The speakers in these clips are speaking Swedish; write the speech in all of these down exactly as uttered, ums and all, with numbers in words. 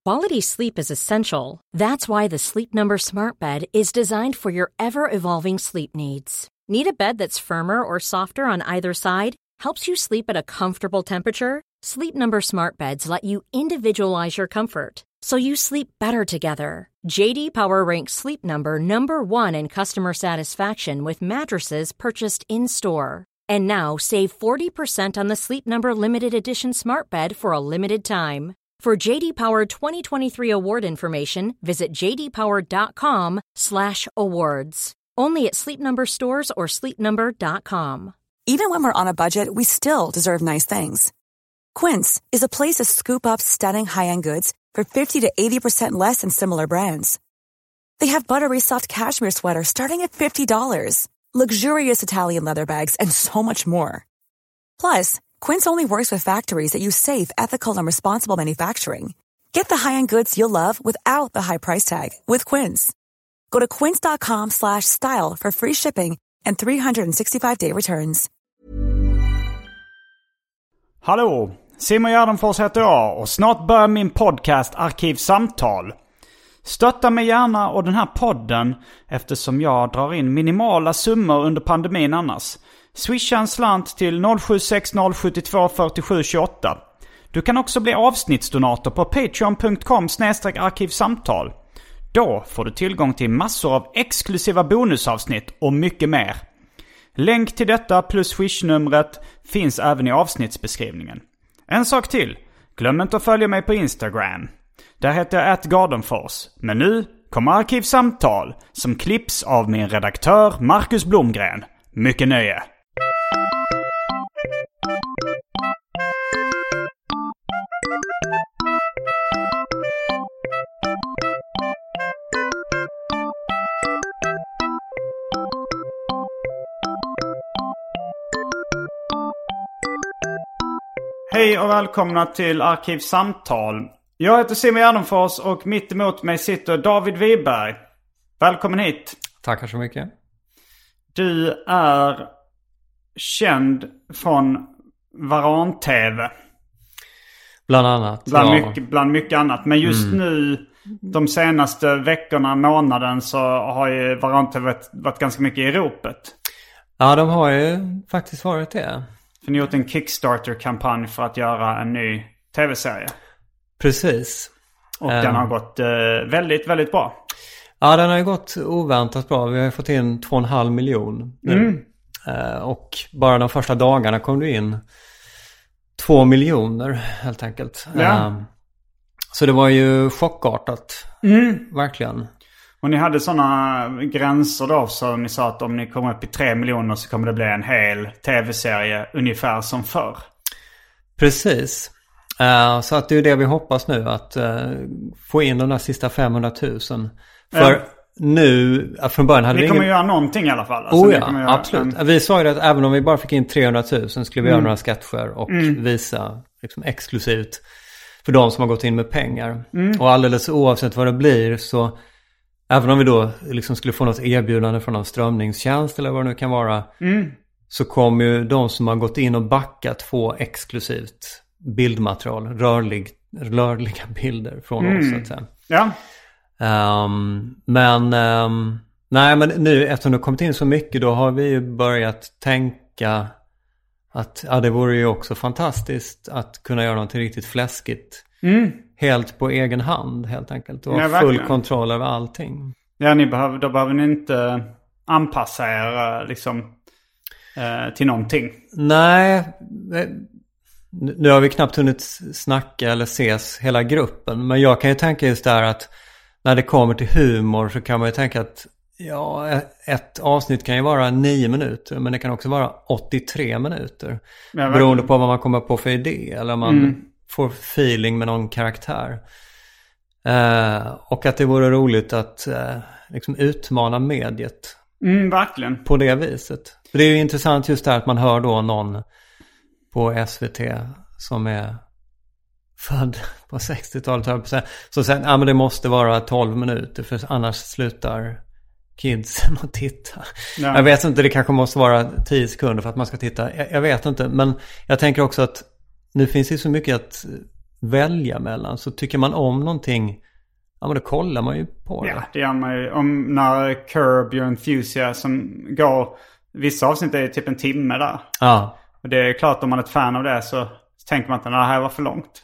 Quality sleep is essential. That's why the Sleep Number Smart Bed is designed for your ever-evolving sleep needs. Need a bed that's firmer or softer on either side? Helps you sleep at a comfortable temperature? Sleep Number Smart Beds let you individualize your comfort, so you sleep better together. J D Power ranks Sleep Number number one in customer satisfaction with mattresses purchased in-store. And now, save forty percent on the Sleep Number Limited Edition Smart Bed for a limited time. For J D Power twenty twenty-three award information, visit jdpower.com slash awards. Only at Sleep Number stores or sleep number dot com. Even when we're on a budget, we still deserve nice things. Quince is a place to scoop up stunning high-end goods for fifty to eighty percent less than similar brands. They have buttery soft cashmere sweaters starting at fifty dollars, luxurious Italian leather bags, and so much more. Plus, Quince only works with factories that use safe, ethical, and responsible manufacturing. Get the high-end goods you'll love without the high price tag with Quince. Go to quince.com slash style for free shipping and three sixty-five day returns. Hallå, Simon Gärdenfors heter jag och snart börjar min podcast Arkivsamtal. Stötta mig gärna och den här podden eftersom jag drar in minimala summor under pandemin annars. Swisha en slant till noll sju sex noll sju två fyra sju två åtta. Du kan också bli avsnittsdonator på patreon punkt com slash arkivsamtal. Då får du tillgång till massor av exklusiva bonusavsnitt och mycket mer. Länk till detta plus swishnumret finns även i avsnittsbeskrivningen. En sak till. Glöm inte att följa mig på Instagram. Där heter jag at Gardenfors. Men nu kommer Arkivsamtal som klipps av min redaktör Marcus Blomgren. Mycket nöje. Hej och välkomna till Arkivsamtal. Jag heter Simon Gärdenfors och mitt emot mig sitter David Wiberg. Välkommen hit. Tackar så mycket. Du är känd från Varan-T V. Bland annat. Bland, ja. mycket, bland mycket annat. Men just mm. nu, de senaste veckorna, månaden så har ju Varan-T V varit ganska mycket i ropet. Ja, de har ju faktiskt varit det. För ni har gjort en Kickstarter-kampanj för att göra en ny tv-serie. Precis. Och um, den har gått uh, väldigt, väldigt bra. Ja, den har ju gått oväntat bra. Vi har ju fått in två och en halv miljon nu. Mm. Uh, och bara de första dagarna kom det in två miljoner helt enkelt. Ja. Uh, så det var ju chockartat. Mm. Verkligen. Och ni hade sådana gränser då, så ni sa att om ni kommer upp i tre miljoner så kommer det bli en hel tv-serie ungefär som förr. Precis. Uh, så att det är det vi hoppas nu, att uh, få in de där sista femhundratusen. För uh, nu, uh, från början hade vi... Ni kommer ingen... göra någonting i alla fall. Alltså, oh ja, göra... absolut. Mm. Vi sa ju att även om vi bara fick in trehundratusen skulle vi mm. göra några sketcher och mm. visa liksom, exklusivt för de som har gått in med pengar. Mm. Och alldeles oavsett vad det blir så... Även om vi då liksom skulle få något erbjudande från någon strömningstjänst eller vad det nu kan vara. Mm. Så kommer ju de som har gått in och backat få exklusivt bildmaterial. Rörlig, rörliga bilder från mm. oss så att säga. Ja. Um, men, um, nej, men nu eftersom det har kommit in så mycket då har vi ju börjat tänka att ja, det vore ju också fantastiskt att kunna göra något riktigt fläskigt. Mm. Helt på egen hand helt enkelt. Och ja, full kontroll över allting. Ja, ni behöver, då behöver ni inte anpassa er liksom, eh, till någonting. Nej, nu har vi knappt hunnit snacka eller ses hela gruppen. Men jag kan ju tänka just där att när det kommer till humor så kan man ju tänka att ja, ett avsnitt kan ju vara nio minuter. Men det kan också vara åttiotre minuter. Ja, beroende på vad man kommer på för idé. Eller om man... Mm. får feeling med någon karaktär. Eh, och att det vore roligt att eh, liksom utmana mediet. Mm, verkligen. På det viset. För det är ju intressant just där att man hör då någon på S V T som är född på sextiotalet. Så säger ja, men det måste vara tolv minuter för annars slutar kidsen att titta. Ja. Jag vet inte, det kanske måste vara tio sekunder för att man ska titta. Jag, jag vet inte, men jag tänker också att nu finns det så mycket att välja mellan. Så tycker man om någonting, ja men då kollar man ju på det. Ja, det gör man ju. Om när Curb Your Enthusiasm går, vissa avsnitt är typ en timme där. Ja. Och det är klart, om man är ett fan av det så tänker man inte, nej, det här var för långt.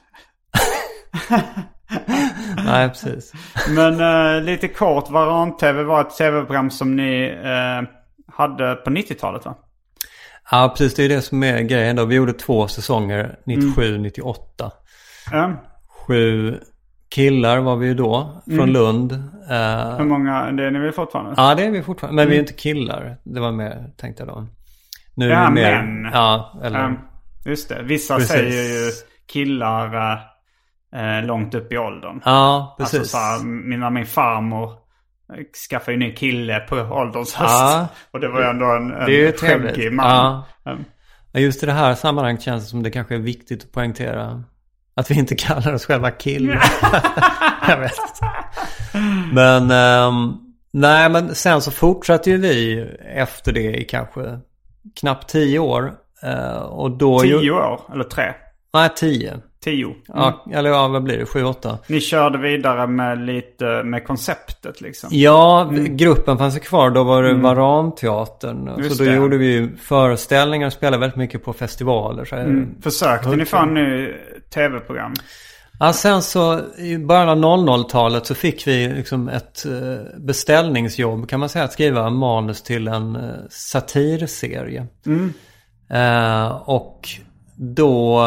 Nej, precis. Men uh, lite kort, Varan-tv var ett tv-program som ni uh, hade på nittiotalet, va? Ja, precis. Det är det som är grejen då. Vi gjorde två säsonger, nittiosju nittioåtta. Mm. Sju killar var vi ju då, från mm. Lund. Uh, Hur många, det är ni väl fortfarande? Ja, det är vi fortfarande. Men mm. vi är inte killar. Det var mer, tänkte jag då. Nu ja, är vi mer, men. Ja, eller... Um, just det. Vissa precis. säger ju killar uh, långt upp i åldern. Ja, precis. Alltså så här, mina, min farmor skaffade ju ny kille på ålderns höst. Ja. Och det var ju ändå en, en skäggig man. Ja. Um. Just i det här sammanhanget känns det som det kanske är viktigt att poängtera att vi inte kallar oss själva killar. Jag vet. Men um, nej, men sen så fortsatte ju vi efter det i kanske knappt tio år. Uh, och då tio ju... år? Eller tre? Nej, tio. Tio. Mm. Ja, eller ja, vad blir det? Sju, åtta. Ni körde vidare med lite med konceptet liksom. Ja, mm. gruppen fanns ju kvar. Då var det mm. Varan-teatern. Just så då det. gjorde vi föreställningar och spelade väldigt mycket på festivaler. Så mm. Försökte ni få en ny tv-program? Ja, sen så i början av noll noll-talet så fick vi liksom ett beställningsjobb, kan man säga, att skriva manus till en satirserie. Mm. Uh, och då...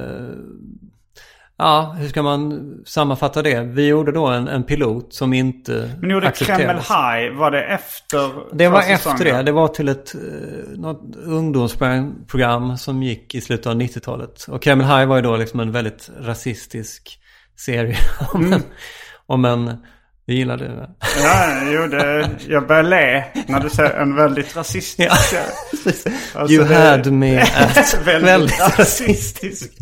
Ja, hur ska man sammanfatta det? Vi gjorde då en, en pilot som inte Men ni gjorde accepterades. Kreml High, var det efter? Det var efter det. Det var till ett något ungdomsprogram som gick i slutet av nittiotalet. Och Kreml High var ju då liksom en väldigt rasistisk serie om mm. en, om en jag gillade det. Ja, jo, det, jag började le när du säger en väldigt rasistisk ja. serie. Alltså, you det, had me at väldigt, väldigt rasistisk.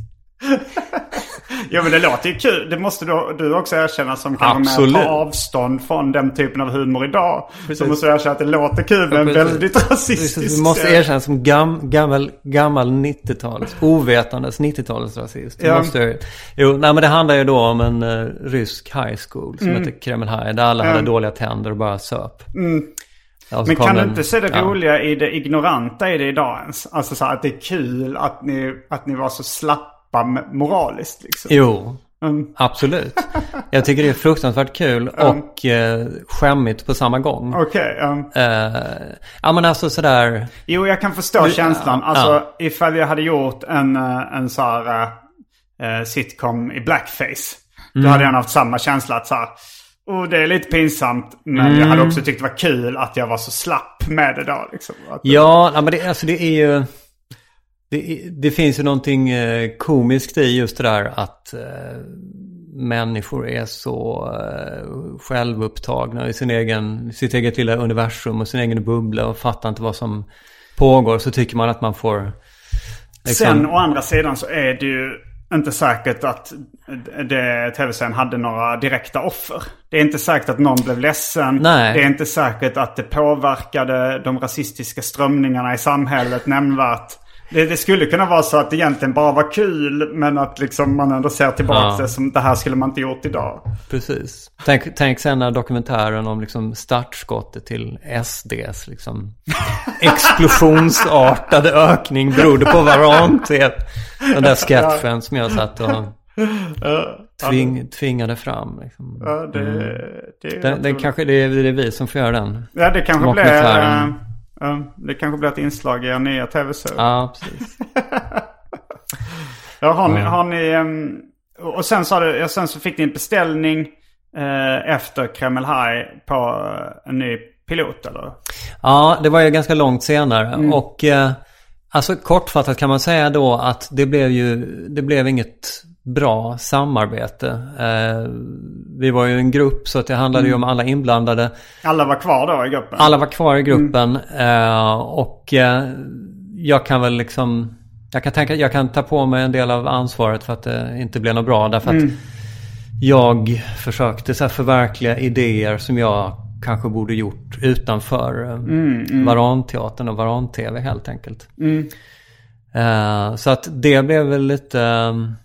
Ja, men det låter ju kul. Det måste du, du också erkänna som kan ta avstånd från den typen av humor idag. Precis. Så måste du erkänna att det låter kul men ja, väldigt rasistisk. Du måste erkänna som gam, gammal, gammal nittiotalets, ovetandes nittiotalets rasist. Ja. Måste, jo, nej, men det handlar ju då om en uh, rysk high school som mm. heter Kreml High. Där alla ja. hade dåliga tänder och bara söp. Mm. Men kan du inte se det ja. roliga i det ignoranta i det idag ens? Alltså så att det är kul att ni, att ni var så slappa moraliskt liksom. Jo, mm. absolut. Jag tycker det är fruktansvärt kul och mm. eh, skämmigt på samma gång. Okej. Okay, um. eh, ja, men alltså sådär... Jo, jag kan förstå du, känslan. Alltså, ja. ifall jag hade gjort en, en så här uh, sitcom i blackface. Mm. Då hade jag haft samma känsla att så här... Och det är lite pinsamt, men mm. jag hade också tyckt det var kul att jag var så slapp med det då. Liksom. Att, ja, men det, alltså det är ju... Det, det finns ju någonting eh, komiskt i just det där att eh, människor är så eh, självupptagna i sin egen, sitt eget lilla universum och sin egen bubbla och fattar inte vad som pågår. Så tycker man att man får... Liksom... Sen å andra sidan så är det ju inte säkert att det, tv-serien hade några direkta offer. Det är inte säkert att någon blev ledsen. Nej. Det är inte säkert att det påverkade de rasistiska strömningarna i samhället nämnvärt. Det, det skulle kunna vara så att det egentligen bara var kul, men att liksom man ändå ser tillbaka ja. som det här skulle man inte gjort idag. Precis. Tänk, tänk sen när dokumentären om liksom startskottet till S D:s liksom explosionsartade ökning berodde på Varan. Den där sketchen som jag satt och tving, tvingade fram. Liksom. Ja, det, det, den, den kanske, det, är, det är vi som får göra den. Ja, det kanske blir... Um, det kanske blir ett inslag i er nya tv-serie. Ja, precis. ja, har ni, har ni um, och sen så, det, sen så fick ni en beställning uh, efter Kreml High på uh, en ny pilot, eller? Ja, det var ju ganska långt senare. Mm. Och uh, alltså kortfattat kan man säga då att det blev ju det blev inget bra samarbete. Eh, vi var ju en grupp så att det handlade mm. ju om alla inblandade. Alla var kvar då i gruppen? Alla var kvar i gruppen. Mm. Eh, och eh, jag kan väl liksom... Jag kan tänka jag kan ta på mig en del av ansvaret för att det inte blev något bra. Därför mm. att jag försökte så här förverkliga idéer som jag kanske borde gjort utanför eh, mm, mm. Varan-teatern och Varan-tv helt enkelt. Mm. Eh, så att det blev väl lite... Eh,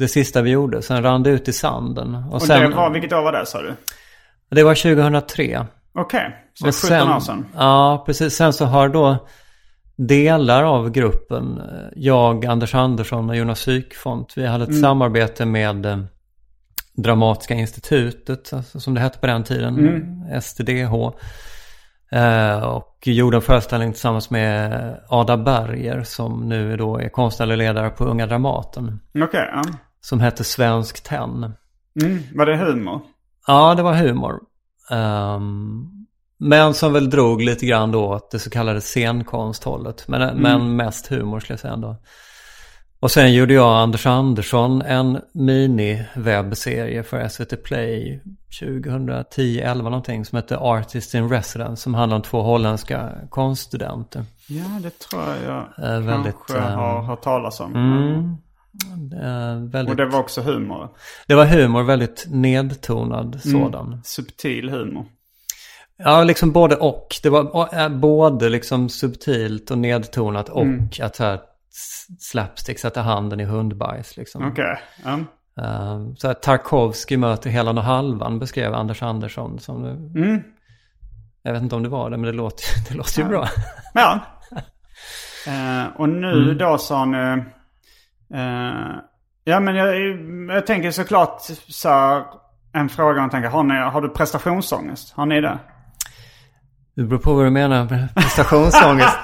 det sista vi gjorde. Sen rann det ut i sanden. Och, och sen, det var, vilket år var det, sa du? Det var tjugohundratre. Okej, okay. Så men sjutton sen, år sedan. Ja, precis. Sen så har då delar av gruppen, jag, Anders Andersson och Jonas Sykfont, vi hade ett mm. samarbete med eh, Dramatiska institutet, alltså, som det hette på den tiden, mm. S T D H. Eh, och gjorde en föreställning tillsammans med Ada Berger, som nu då är konstnärlig ledare på Unga Dramaten. Okej, okay, ja. Som hette Svensk Tenn. Mm. Var det humor? Ja, det var humor. Um, men som väl drog lite grann då åt det så kallade scenkonsthållet. Men, mm. men mest humor skulle jag säga ändå. Och sen gjorde jag Anders Andersson en mini-webbserie för S V T Play tjugohundratio elva någonting som hette Artist in Residence, som handlar om två holländska konststudenter. Ja, det tror jag uh, väldigt, kanske uh, har hört talas om. Mm, uh, väldigt, och det var också humor? Det var humor, väldigt nedtonad mm, sådan. Subtil humor? Ja, liksom både och. Det var uh, både liksom subtilt och nedtonat och mm. att så här slapstick, sätta handen i hundbajs liksom. Okej. Okay. Um. Uh, så att Tarkovsky möter Helan och Halvan beskrev Anders Andersson som mm. jag vet inte om det var det, men det låter, det låter ju ja. bra. Ja. uh, och nu mm. då sa han uh, uh, ja, men jag, jag tänker såklart så här, en fråga man tänker, har, ni, har du prestationsångest? Har ni det? Det beror på vad du menar med prestationsångest.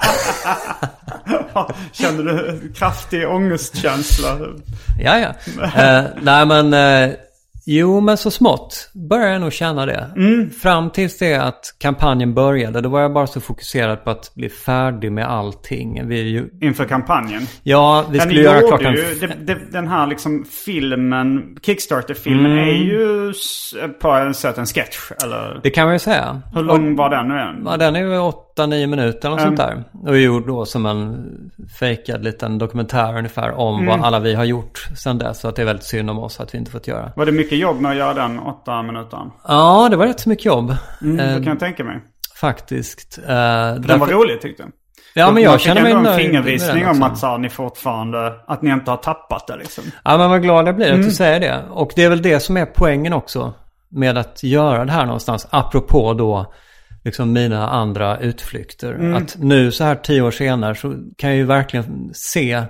Känner du kraftig ångestkänsla? Ja, ja. uh, nej, men uh, jo, men så smått börjar jag nog känna det. Mm. Fram tills det att kampanjen började, då var jag bara så fokuserad på att bli färdig med allting. Vi ju... Inför kampanjen? Ja, vi skulle göra klart en... ju, det, det, den här liksom filmen, Kickstarter-filmen mm. är ju på en sätt en sketch, eller? Det kan man ju säga. Hur lång var den nu igen? Ja, den är ju åtta nio minuter eller mm. sånt där. Och vi gjorde då som en fejkad liten dokumentär ungefär om mm. vad alla vi har gjort sedan dess. Så att det är väldigt synd om oss att vi inte fått göra. Var det mycket jobb med att göra den åtta minuter? Ja, det var rätt så mycket jobb. Mm, det kan jag tänka mig. Faktiskt. Uh, den därför... var rolig, tyckte jag. Ja, så men jag känner mig nöjd. en fingervisning om att så, ni fortfarande, att ni inte har tappat det liksom. Ja, men vad glad jag blir mm. att du säger det. Och det är väl det som är poängen också med att göra det här någonstans. Apropå då liksom mina andra utflykter. Mm. Att nu så här tio år senare så kan jag ju verkligen se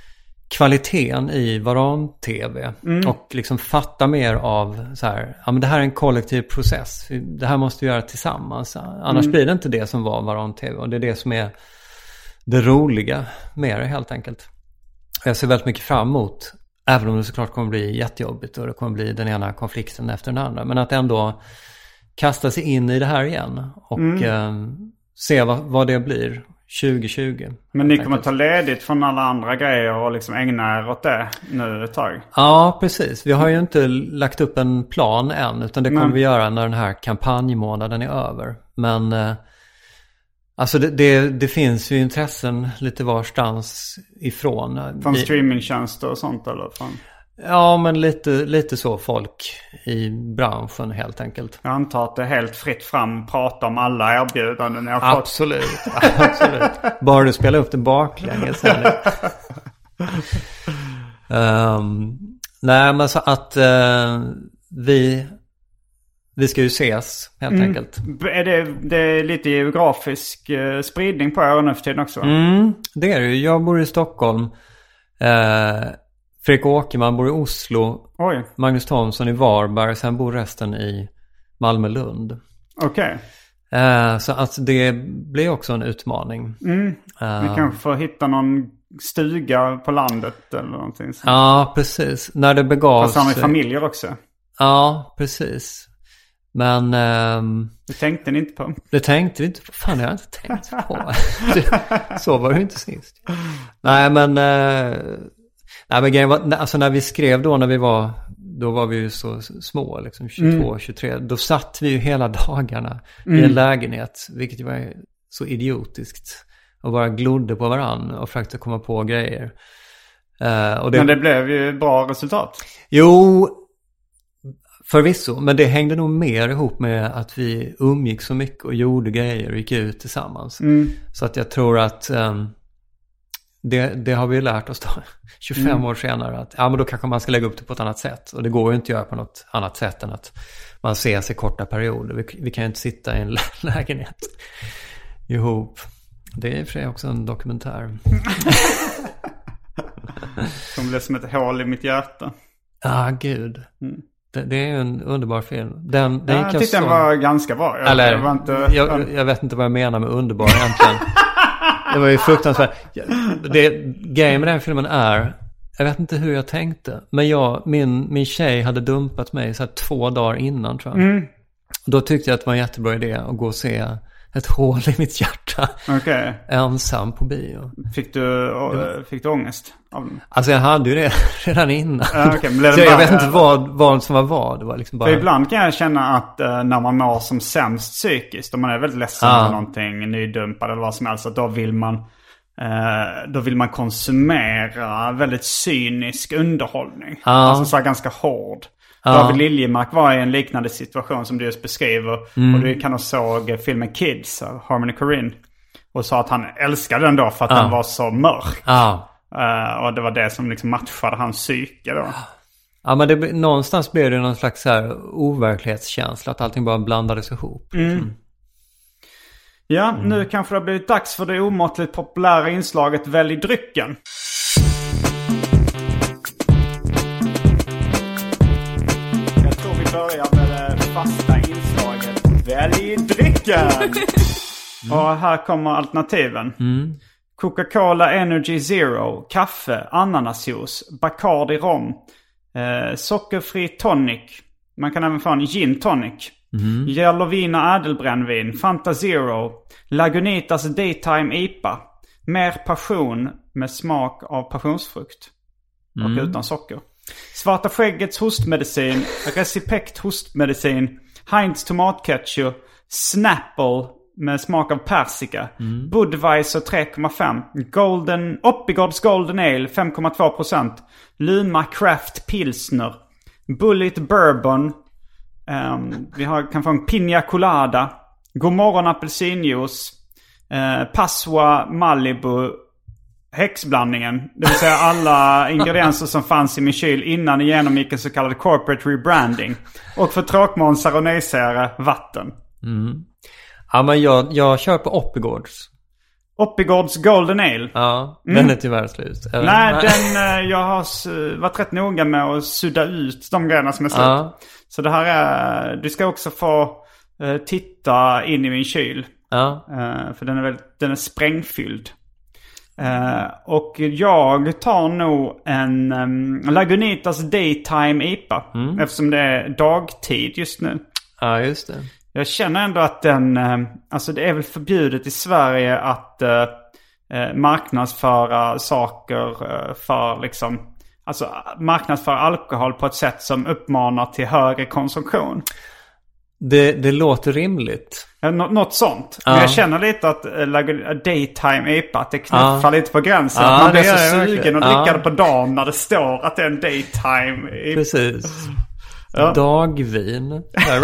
kvaliteten i Varan-tv mm. och liksom fatta mer av så här, ja men det här är en kollektiv process. Det här måste vi göra tillsammans. Annars mm. blir det inte det som var Varan-tv, och det är det som är det roliga med det helt enkelt. Jag ser väldigt mycket fram emot, även om det såklart kommer bli jättejobbigt och det kommer bli den ena konflikten efter den andra, men att ändå kasta sig in i det här igen och mm. eh, se vad, vad det blir tjugo tjugo. Men ni kommer ta ledigt från alla andra grejer och liksom ägna er åt det nu ett tag? Ja, precis. Vi har ju inte lagt upp en plan än, utan det kommer mm. vi göra när den här kampanjmånaden är över. Men eh, alltså det, det, det finns ju intressen lite varstans ifrån. Från vi, streamingtjänster och sånt eller? Från... Ja, men lite, lite så folk i branschen helt enkelt. Jag antar att det är helt fritt fram att prata om alla erbjudanden jag har fått. Absolut, absolut. Bara du spelar upp det baklänges. um, nej, men så att uh, vi, vi ska ju ses helt mm. enkelt. Är det, det är lite geografisk uh, spridning på er nu för tiden också? Mm, det är det ju. Jag bor i Stockholm. Uh, Fredrik Åkerman bor i Oslo. Oj. Magnus Thomsson i Varberg. Sen bor resten i Malmö-Lund. Okej. Okay. Uh, så att det blir också en utmaning. Mm. Uh, Vi kanske får hitta någon stuga på landet eller någonting. Så. Ja, precis. När det begavs... Fast har med familjer också. Ja, precis. Men... Um, det tänkte ni inte på. Det tänkte vi inte på. Fan, det har jag inte tänkt på. Så var det inte sist. Nej, men... Uh, Nej, men grejen var, alltså när vi skrev då, när vi var, då var vi ju så små, liksom tjugotvå, mm. tjugotre. Då satt vi ju hela dagarna mm. i en lägenhet, vilket var så idiotiskt. Och bara glodde på varann och försökte komma på grejer. Uh, och det, men det blev ju bra resultat. Jo, förvisso. Men det hängde nog mer ihop med att vi umgick så mycket och gjorde grejer och gick ut tillsammans. Mm. Så att jag tror att... Um, det, det har vi lärt oss då tjugofem mm. år senare att ja, men då kanske man ska lägga upp det på ett annat sätt. Och det går ju inte att göra på något annat sätt än att man ses i korta perioder. Vi, vi kan ju inte sitta i en lägenhet ihop. Det är i och för sig också en dokumentär. Som blev som ett hål i mitt hjärta. Ja, ah, gud. Mm. Det, det är en underbar film. Den, den ja, jag tyckte så... den var ganska bra. Jag, Eller, jag, var inte... jag, jag vet inte vad jag menar med underbar egentligen. Det var ju fruktansvärt. Det, grejen med den filmen är, jag vet inte hur jag tänkte, men jag, min, min tjej hade dumpat mig så här två dagar innan, tror jag. Mm. Då tyckte jag att det var en jättebra idé att gå och se ett hål i mitt hjärta. Okay. Ensam på bio. Fick du, å, fick du ångest av den? Alltså jag hade ju det redan innan. Ja, okay. Men så jag bara, vet inte vad, vad som var vad. Det var liksom bara... För ibland kan jag känna att uh, när man mår som sämst psykiskt, om man är väldigt ledsen ah. för någonting, nydumpad eller vad som helst, att då vill man uh, då vill man konsumera väldigt cynisk underhållning. Ah. Alltså så här ganska hård. Ja. David Liljemark var i en liknande situation som du just beskriver. Mm. Och du kan ha såg filmen Kids av Harmony Korine. Och sa att han älskade den då för att ja. den var så mörk. Ja. Uh, och det var det som liksom matchade hans psyke då. Ja, men det, någonstans blev det någon slags så här overklighetskänsla. Att allting bara blandades ihop. Mm. Mm. Ja, mm. nu kanske det har blivit dags för det omåttligt populära inslaget Välj drycken. Börjar med det fasta inslaget Välj drycken. Mm. Och här kommer alternativen. Mm. Coca-Cola Energy Zero, kaffe, ananasjuice, Bacardi rom, eh, sockerfri tonic. Man kan även få en gin tonic. Mm. Jelovina ädelbrännvin, Fanta Zero, Lagunitas Daytime I P A, mer passion med smak av passionsfrukt och mm. utan socker. Svarta skäggets hostmedicin, Recipect hostmedicin, Heinz tomatketchup, Snapple med smak av persika, mm. Budweiser tre komma fem, Golden, Oppigårds Golden Ale fem komma två procent, Luma Craft Pilsner, Bullet Bourbon, um, vi har, kan få en Pina Colada, Godmorgon apelsinjuice, uh, Passoa Malibu, häxblandningen, det vill säga alla ingredienser som fanns i min kyl innan jag genomgick en så kallad corporate rebranding. Och för tråkmånsar och nejsägare, vatten. Mm. Ja, men jag, jag kör på Oppigårds. Oppigårds Golden Ale. Ja, den mm. är tyvärr slut. Eller? Nej, den, jag har varit rätt noga med att sudda ut de grejerna som är slut. Ja. Så det här är, du ska också få uh, titta in i min kyl. Ja. Uh, för den är, väl, den är sprängfylld. Uh, och jag tar nog en um, Lagunitas Daytime I P A. Mm. Eftersom det är dagtid just nu. Ja, just det. Jag känner ändå att den, uh, alltså det är väl förbjudet i Sverige att uh, uh, marknadsföra saker uh, för liksom, alltså marknadsföra alkohol på ett sätt som uppmanar till högre konsumtion. Det, det låter rimligt. Ja, nå- något sånt. Ja. Men jag känner lite att uh, Daytime I P A, att det knuffar ja. lite på gränsen. Ja, man blir så sugen och dricker ja. det på dagen när det står att det är en Daytime I P A. Precis. Ja. Dagvin.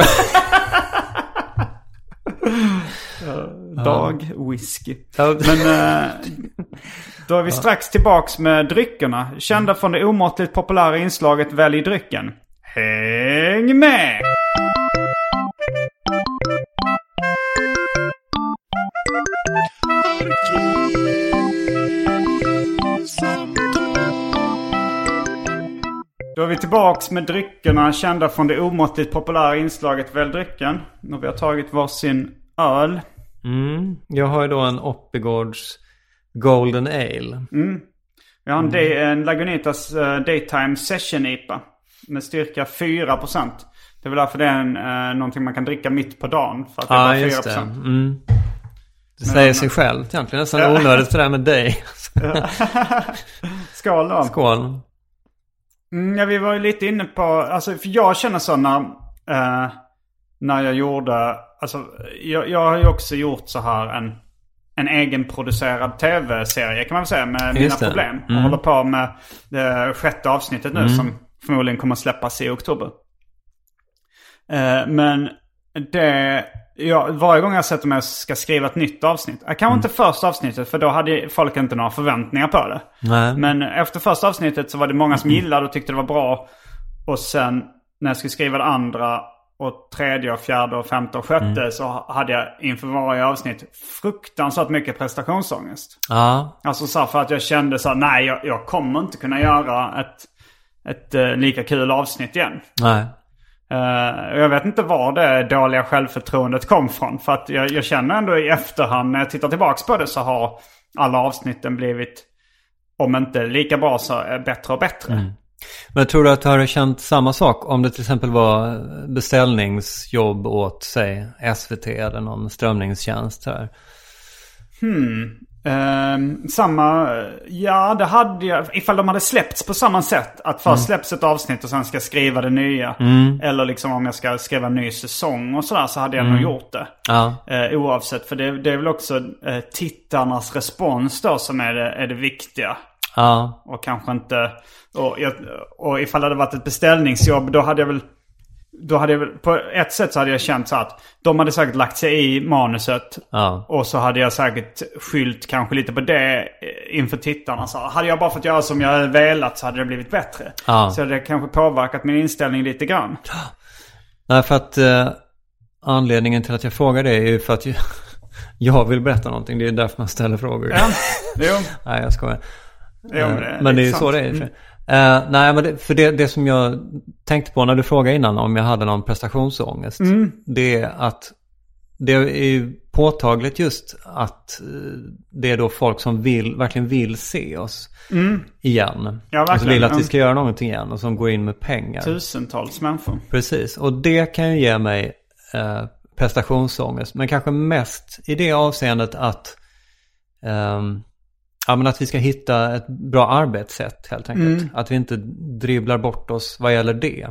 Dagwhisky. Ja. Men uh, då är vi strax tillbaks med dryckerna. Kända från det omåttligt populära inslaget Välj drycken. Häng med! Då är vi tillbaks med dryckerna kända från det omåttligt populära inslaget Välj drycken. Och vi har tagit varsin öl. Mm. Jag har ju då en Oppigårds Golden Ale. Mm. Jag har en, mm. day, en Lagunitas uh, Daytime Session I P A med styrka fyra procent. Det är väl därför det är en, uh, någonting man kan dricka mitt på dagen. För att det ah, är bara fyra procent. Det. Mm. Det säger men, sig själv egentligen. Nästan ja. onödigt för det här med dig. Skål då. Skål. Mm, ja, vi var ju lite inne på, alltså för jag känner sådana uh, när jag gjorde, alltså jag, jag har ju också gjort så här en, en egenproducerad tv-serie kan man väl säga med Just mina det. problem. Mm. Och håller på med det sjätte avsnittet nu mm. som förmodligen kommer släppas i oktober. Uh, men det Ja, varje gång jag sätter mig och ska skriva ett nytt avsnitt. Jag kanske mm. inte första avsnittet, för då hade folk inte några förväntningar på det. Nej. Men efter första avsnittet så var det många som gillade och tyckte det var bra. Och sen när jag skulle skriva det andra och tredje och fjärde och femte och sjätte mm. så hade jag inför varje avsnitt fruktansvärt mycket prestationsångest. Ja. Alltså så för att jag kände så här, nej jag, jag kommer inte kunna göra ett, ett uh, lika kul avsnitt igen. Nej. Uh, jag vet inte var det dåliga självförtroendet kom från. För att jag, jag känner ändå i efterhand när jag tittar tillbaka på det så har alla avsnitten blivit, om inte lika bra så bättre och bättre. Mm. Men tror du att du har känt samma sak om det till exempel var beställningsjobb åt, säg, S V T eller någon strömningstjänst här? Hmm. Uh, samma, ja det hade jag, ifall de hade släppts på samma sätt. Att först mm. släpps ett avsnitt och sen ska skriva det nya. Mm. Eller liksom om jag ska skriva en ny säsong och sådär, så hade jag mm. nog gjort det. Ja. Uh, oavsett, för det, det är väl också uh, tittarnas respons då som är det, är det viktiga. Ja. Och kanske inte, och, jag, och ifall det hade varit ett beställningsjobb, då hade jag väl Då hade jag väl, på ett sätt så hade jag känt så att de hade säkert lagt sig i manuset. Ja. Och så hade jag säkert skylt kanske lite på det inför tittarna. Så hade jag bara fått göra som jag velat så hade det blivit bättre. Ja. Så det kanske påverkat min inställning lite grann. Nej, för att eh, anledningen till att jag frågar det är ju för att jag, jag vill berätta någonting. Det är därför man ställer frågor. Ja, jo. Nej, jag skojar. Jo, men det är, men det är ju sant. så det är. Mm. Uh, nej, men det, för det, det som jag tänkte på när du frågade innan om jag hade någon prestationsångest, mm. det är att det är ju påtagligt just att det är då folk som vill, verkligen vill se oss mm. igen. Ja, och som vill att vi ska göra någonting igen och som går in med pengar. Tusentals människor. Precis, och det kan ju ge mig uh, prestationsångest, men kanske mest i det avseendet att um, ja, men att vi ska hitta ett bra arbetssätt helt enkelt. Mm. Att vi inte dribblar bort oss vad gäller det.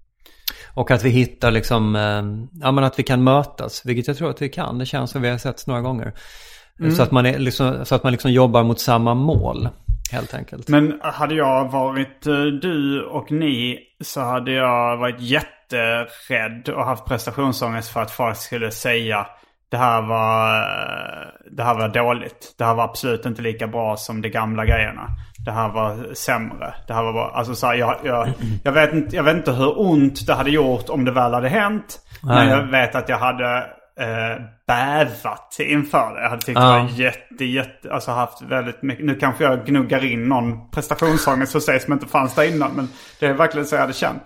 Och att vi hittar liksom, ja men att vi kan mötas, vilket jag tror att vi kan. Det känns som vi har sett några gånger. Mm. Så att man är liksom, så att man liksom jobbar mot samma mål helt enkelt. Men hade jag varit du och ni, så hade jag varit jätterädd och haft prestationsångest för att folk skulle säga det här var det här var dåligt. Det här var absolut inte lika bra som de gamla grejerna. Det här var sämre. Det här var bara, alltså så här, jag, jag, jag, vet inte, jag vet inte hur ont det hade gjort om det väl hade hänt. Nej. Men jag vet att jag hade eh, bävat inför det. Jag hade tyckt ja. det var jätte, jätte, alltså haft väldigt mycket. Nu kanske jag gnuggar in någon prestationsångest för sig som inte fanns där innan. Men det är verkligen så jag hade känt.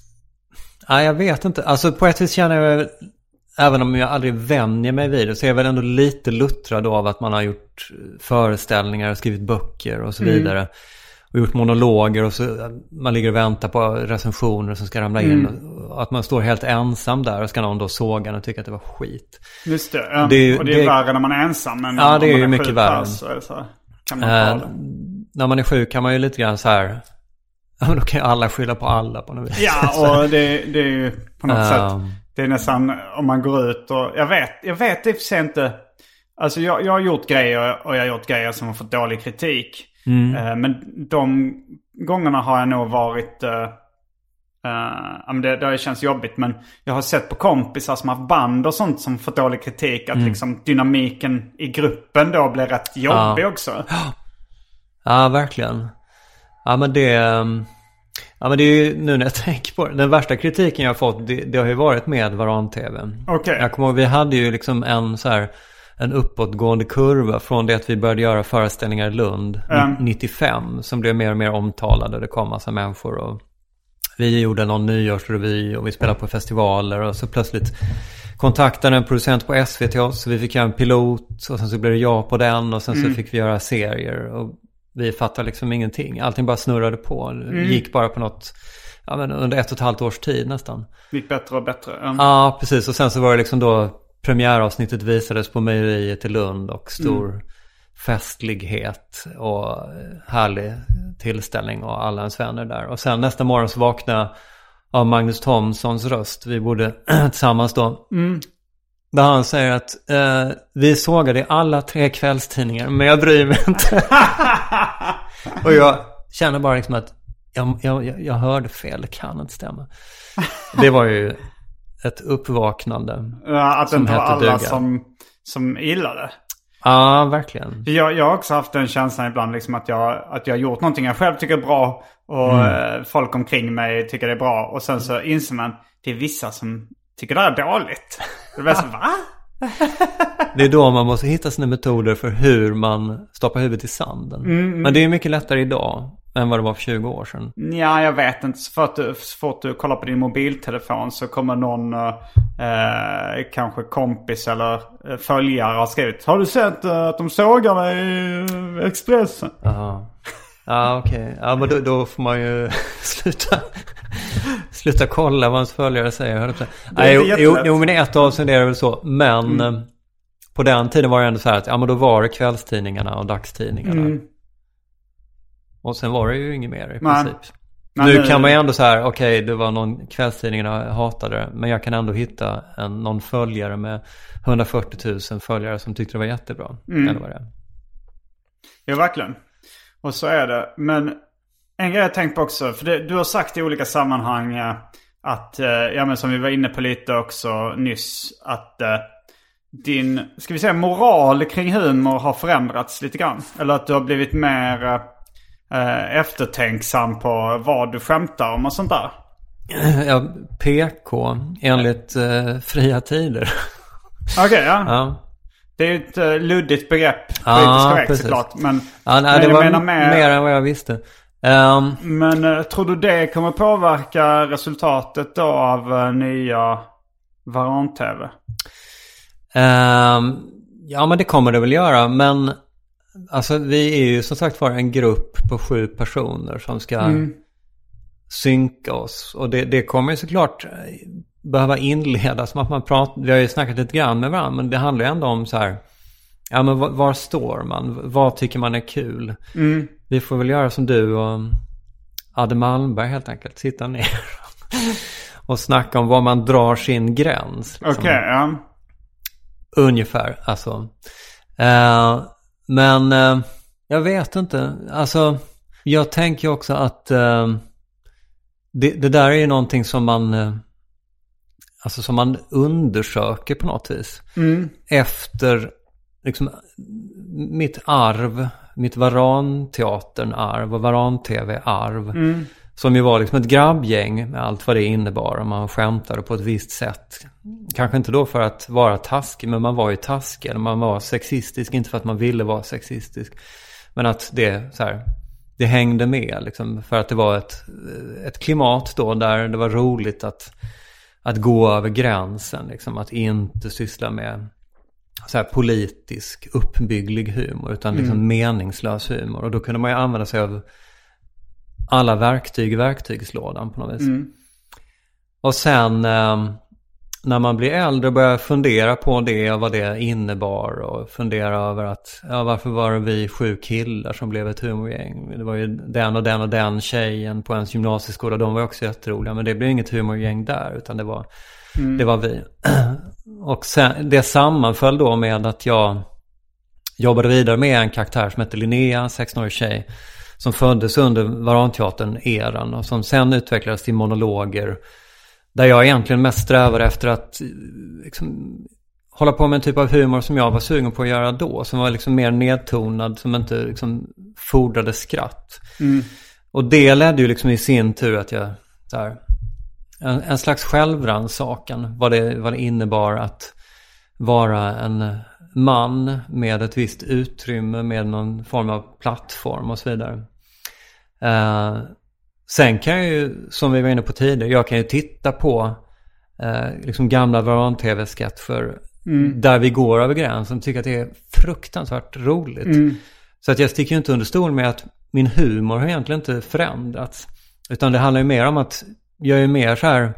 Ja, jag vet inte. Alltså på ett vis känner jag, även om jag aldrig vänjer mig vid det, så är jag väl ändå lite luttrad av att man har gjort föreställningar och skrivit böcker och så vidare. Mm. Och gjort monologer och så man ligger och väntar på recensioner som ska ramla in. Mm. Och att man står helt ensam där och ska någon då såga och tycka att det var skit. Just det, ja. det och det är det, värre när man är ensam. Men ja, det är ju är mycket värre. Så är det så, kan man äh, när man är sjuk kan man ju lite grann så här, ja men då kan ju alla skylla på alla på något vis. Ja, och det, det är ju på något uh, sätt... Det är nästan om man går ut och... Jag vet, jag vet i och för sig inte... Alltså jag, jag har gjort grejer och jag har gjort grejer som har fått dålig kritik. Mm. Uh, men de gångerna har jag nog varit... Uh, uh, det, det har känts jobbigt. Men jag har sett på kompisar som har haft band och sånt som fått dålig kritik. Att mm. liksom dynamiken i gruppen då blir rätt jobbig ja. också. Ja, verkligen. Ja, men det... Um... Ja, men det är ju nu när jag tänker på det. Den värsta kritiken jag har fått, det, det har ju varit med Varan-T V. Okay. Jag kommer ihåg, vi hade ju liksom en så här, en uppåtgående kurva från det att vi började göra föreställningar i Lund mm. nittiofem, som blev mer och mer omtalade. Det kom massa människor och vi gjorde någon nyårsrevy och vi spelade på festivaler och så plötsligt kontaktade en producent på S V T oss, så vi fick göra en pilot och sen så blev det jag på den och sen mm. så fick vi göra serier och vi fattade liksom ingenting. Allting bara snurrade på. Mm. Gick bara på något, ja, men under ett och ett halvt års tid nästan. Gick bättre och bättre. Ja, ja precis. Och sen så var det liksom då premiäravsnittet visades på mejeriet i Lund och stor mm. festlighet och härlig tillställning och alla ens vänner där. Och sen nästa morgon så vaknade av Magnus Thomssons röst. Vi bodde tillsammans då. Mm. Där han säger att eh, vi sågade i alla tre kvällstidningar, men jag bryr mig inte. Och jag känner bara liksom att jag, jag, jag hörde fel, det kan inte stämma. Det var ju ett uppvaknande. Ja, att det inte var alla som, som gillade. Ja, verkligen. Jag, jag har också haft den känslan ibland liksom att jag att jag har gjort någonting jag själv tycker är bra och mm. folk omkring mig tycker det är bra. Och sen så inser man det är vissa som tycker det är dåligt. Det är så, va? Det är då man måste hitta sina metoder för hur man stoppar huvudet i sanden. Mm. Men det är mycket lättare idag än vad det var för tjugo år sedan. Ja, jag vet inte. Så fort du, så fort du kollar på din mobiltelefon så kommer någon eh, kanske kompis eller eh, följare har skrivit: har du sett eh, att de sågar dig i Expressen? Jaha. Ja, okej. Okay. Ja, men då, då får man ju sluta sluta kolla vad ens följare säger. Det Nej, jo, jo, jo, men i ett avseende är det väl så. Men mm. på den tiden var det ändå så här att ja, men då var det kvällstidningarna och dagstidningarna. Mm. Och sen var det ju inget mer i Nej. princip. Nej, nu nej, kan man ju ändå så här, okej, okay, det var någon kvällstidningarna hatade det. Men jag kan ändå hitta en, någon följare med hundrafyrtio tusen följare som tyckte det var jättebra. Mm. Eller vad det är. Ja, verkligen. Och så är det. Men en grej jag tänkt på också. För det, du har sagt i olika sammanhang att, ja men som vi var inne på lite också nyss, att din, ska vi säga, moral kring humor har förändrats lite grann. Eller att du har blivit mer eh, eftertänksam på vad du skämtar om och sånt där. Ja, P K enligt eh, fria tider. Okej, okay, ja. ja. Det är ett uh, luddigt begrepp. Ja, korrekt, precis. Såklart. Men, ja, nej, men det jag var menar mer, mer än vad jag visste. Um, men uh, tror du det kommer påverka resultatet då av uh, nya Varan-tv? Um, ja, men det kommer det väl göra. Men alltså, vi är ju som sagt var en grupp på sju personer som ska mm. synka oss. Och det, det kommer ju såklart behöva inledas som att man pratar. Vi har ju snackat lite grann med varandra, men det handlar ju ändå om så här, ja men var, var står man? Vad tycker man är kul? Mm. Vi får väl göra som du och Adde Malmberg helt enkelt, sitta ner och snacka om var man drar sin gräns. Liksom. Okej, okay, ja. Ungefär, alltså. Uh, men uh, jag vet inte. Alltså, jag tänker också att uh, det, det där är ju någonting som man uh, alltså som man undersöker på något vis. Mm. Efter liksom mitt arv, mitt Varan-teatern-arv och Varan-tv-arv. Mm. Som ju var liksom ett grabbgäng med allt vad det innebar. Och man skämtade på ett visst sätt. Kanske inte då för att vara taskig, men man var ju taskig. Eller man var sexistisk, inte för att man ville vara sexistisk. Men att det så här, det hängde med liksom, för att det var ett, ett klimat då där det var roligt att, att gå över gränsen. Liksom, att inte syssla med så här politisk, uppbygglig humor. Utan liksom mm. meningslös humor. Och då kunde man ju använda sig av alla verktyg i verktygslådan på något vis. Mm. Och sen eh, när man blir äldre börjar fundera på det och vad det innebar. Och fundera över att, ja, varför var det vi sju killar som blev ett humorgäng? Det var ju den och den och den tjejen på ens gymnasieskola. De var också jätteroliga, men det blev inget humorgäng där, utan det var, mm. det var vi. Och sen, det sammanföll då med att jag jobbade vidare med en karaktär som heter Linnea, sexton-årig tjej. Som föddes under Varanteatern-eran och som sen utvecklades till monologer. Där jag egentligen mest strävar efter att liksom, hålla på med en typ av humor som jag var sugen på att göra då. Som var liksom mer nedtonad, som inte liksom fordrade skratt. Mm. Och det ledde ju liksom i sin tur att jag, så här, en, en slags självrannsakan. Vad det, vad det innebar att vara en man med ett visst utrymme, med någon form av plattform och så vidare. Uh, sen kan jag ju, som vi var inne på tidigare, jag kan ju titta på uh, liksom gamla Varan-tv-sketcher mm. där vi går över gränsen och tycker att det är fruktansvärt roligt. Mm. Så att jag sticker ju inte under stol med att min humor har egentligen inte förändrats. Utan det handlar ju mer om att jag är mer så här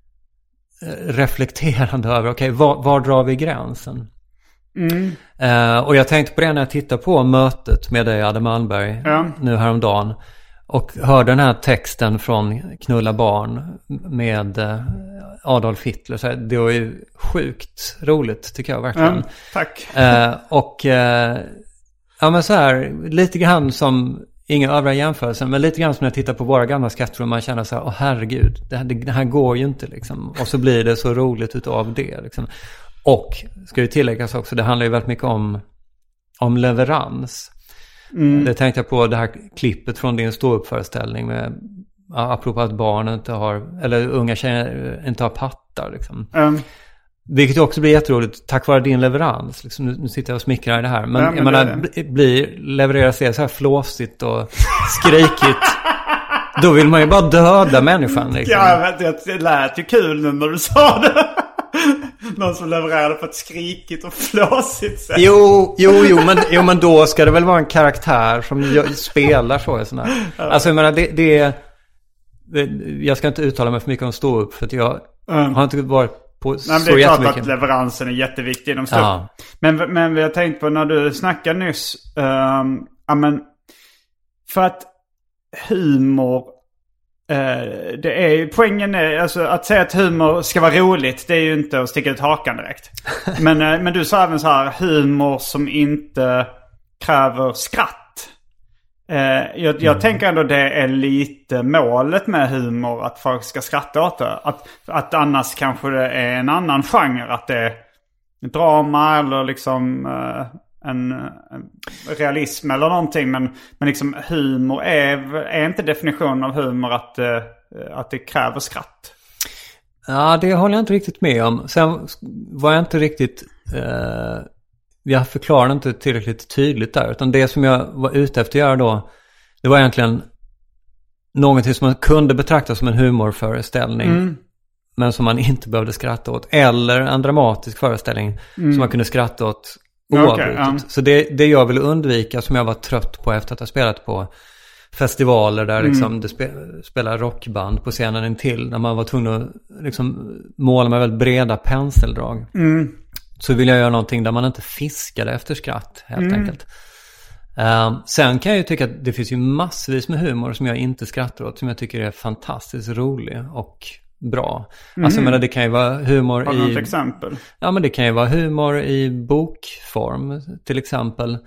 uh, reflekterande över, okej, okay, var, var drar vi gränsen? Mm. Uh, och jag tänkte på det när jag tittade på mötet med dig, Adde Malmberg, ja. nu häromdagen. Och hörde den här texten från Knulla barn med uh, Adolf Hitler. Så det var ju sjukt roligt, tycker jag verkligen. Ja, tack. Uh, och uh, ja, men så här, lite grann som inga övriga jämförelser, men lite grann som när jag tittar på våra gamla skatter och man känner så här, åh herregud, det här, det här går ju inte liksom. Och så blir det så roligt utav det liksom. Och, ska ju tilläggas också, det handlar ju väldigt mycket om, om leverans. Mm. Det tänkte jag på det här klippet från din ståuppföreställning med, apropå att barn inte har, eller unga tjejer inte har pattar liksom. Mm. Vilket också blir jätteroligt tack vare din leverans. Liksom, nu, nu sitter jag och smickrar i det här. Men, ja, men jag menar, det... blir, levereras det så här flåsigt och skrikigt. Då vill man ju bara döda människan. Liksom. Ja, det, det lät ju kul nu när du sa det. Någon som levererade på ett skrikigt och flåsigt sätt. Jo, jo, jo, men, jo, men då ska det väl vara en karaktär som jag, spelar så. Sån här. Ja. Alltså jag menar, det, det, det, jag ska inte uttala mig för mycket om stå upp. För att jag mm. har inte varit på Nej, så det är klart att leveransen är jätteviktig inom stå ja. Men, men vi har tänkt på när du snackade nyss. Um, ja, men för att humor... Uh, det är, poängen är alltså, att säga att humor ska vara roligt. Det är ju inte att sticka ut hakan direkt. men, uh, men du sa även så här, humor som inte kräver skratt. uh, Jag, jag mm. tänker ändå det är lite målet med humor, att folk ska skratta åt det. Att, att annars kanske det är en annan genre. Att det är drama eller liksom uh, en, en realism eller någonting. Men, men liksom humor är, är inte definitionen av humor att, uh, att det kräver skratt. Ja, det håller jag inte riktigt med om. Sen var jag inte riktigt... Uh... Jag förklarar inte tillräckligt tydligt där. Utan det som jag var ute efter att göra då, det var egentligen någonting som man kunde betrakta som en humorföreställning. Mm. Men som man inte behövde skratta åt. Eller en dramatisk föreställning mm. som man kunde skratta åt oavbrutet. Okay, um. Så det, det jag ville undvika, som jag var trött på efter att ha spelat på festivaler där mm. liksom det spe, spelar rockband på scenen intill. När man var tvungen att liksom måla med väldigt breda penseldrag. Mm. Så vill jag göra någonting där man inte fiskade efter skratt, helt mm. enkelt. Um, sen kan jag ju tycka att det finns ju massvis med humor som jag inte skrattar åt, som jag tycker är fantastiskt rolig och bra. Mm. Alltså, men det kan ju vara humor Har i... Har du något exempel? Ja, men det kan ju vara humor i bokform, till exempel.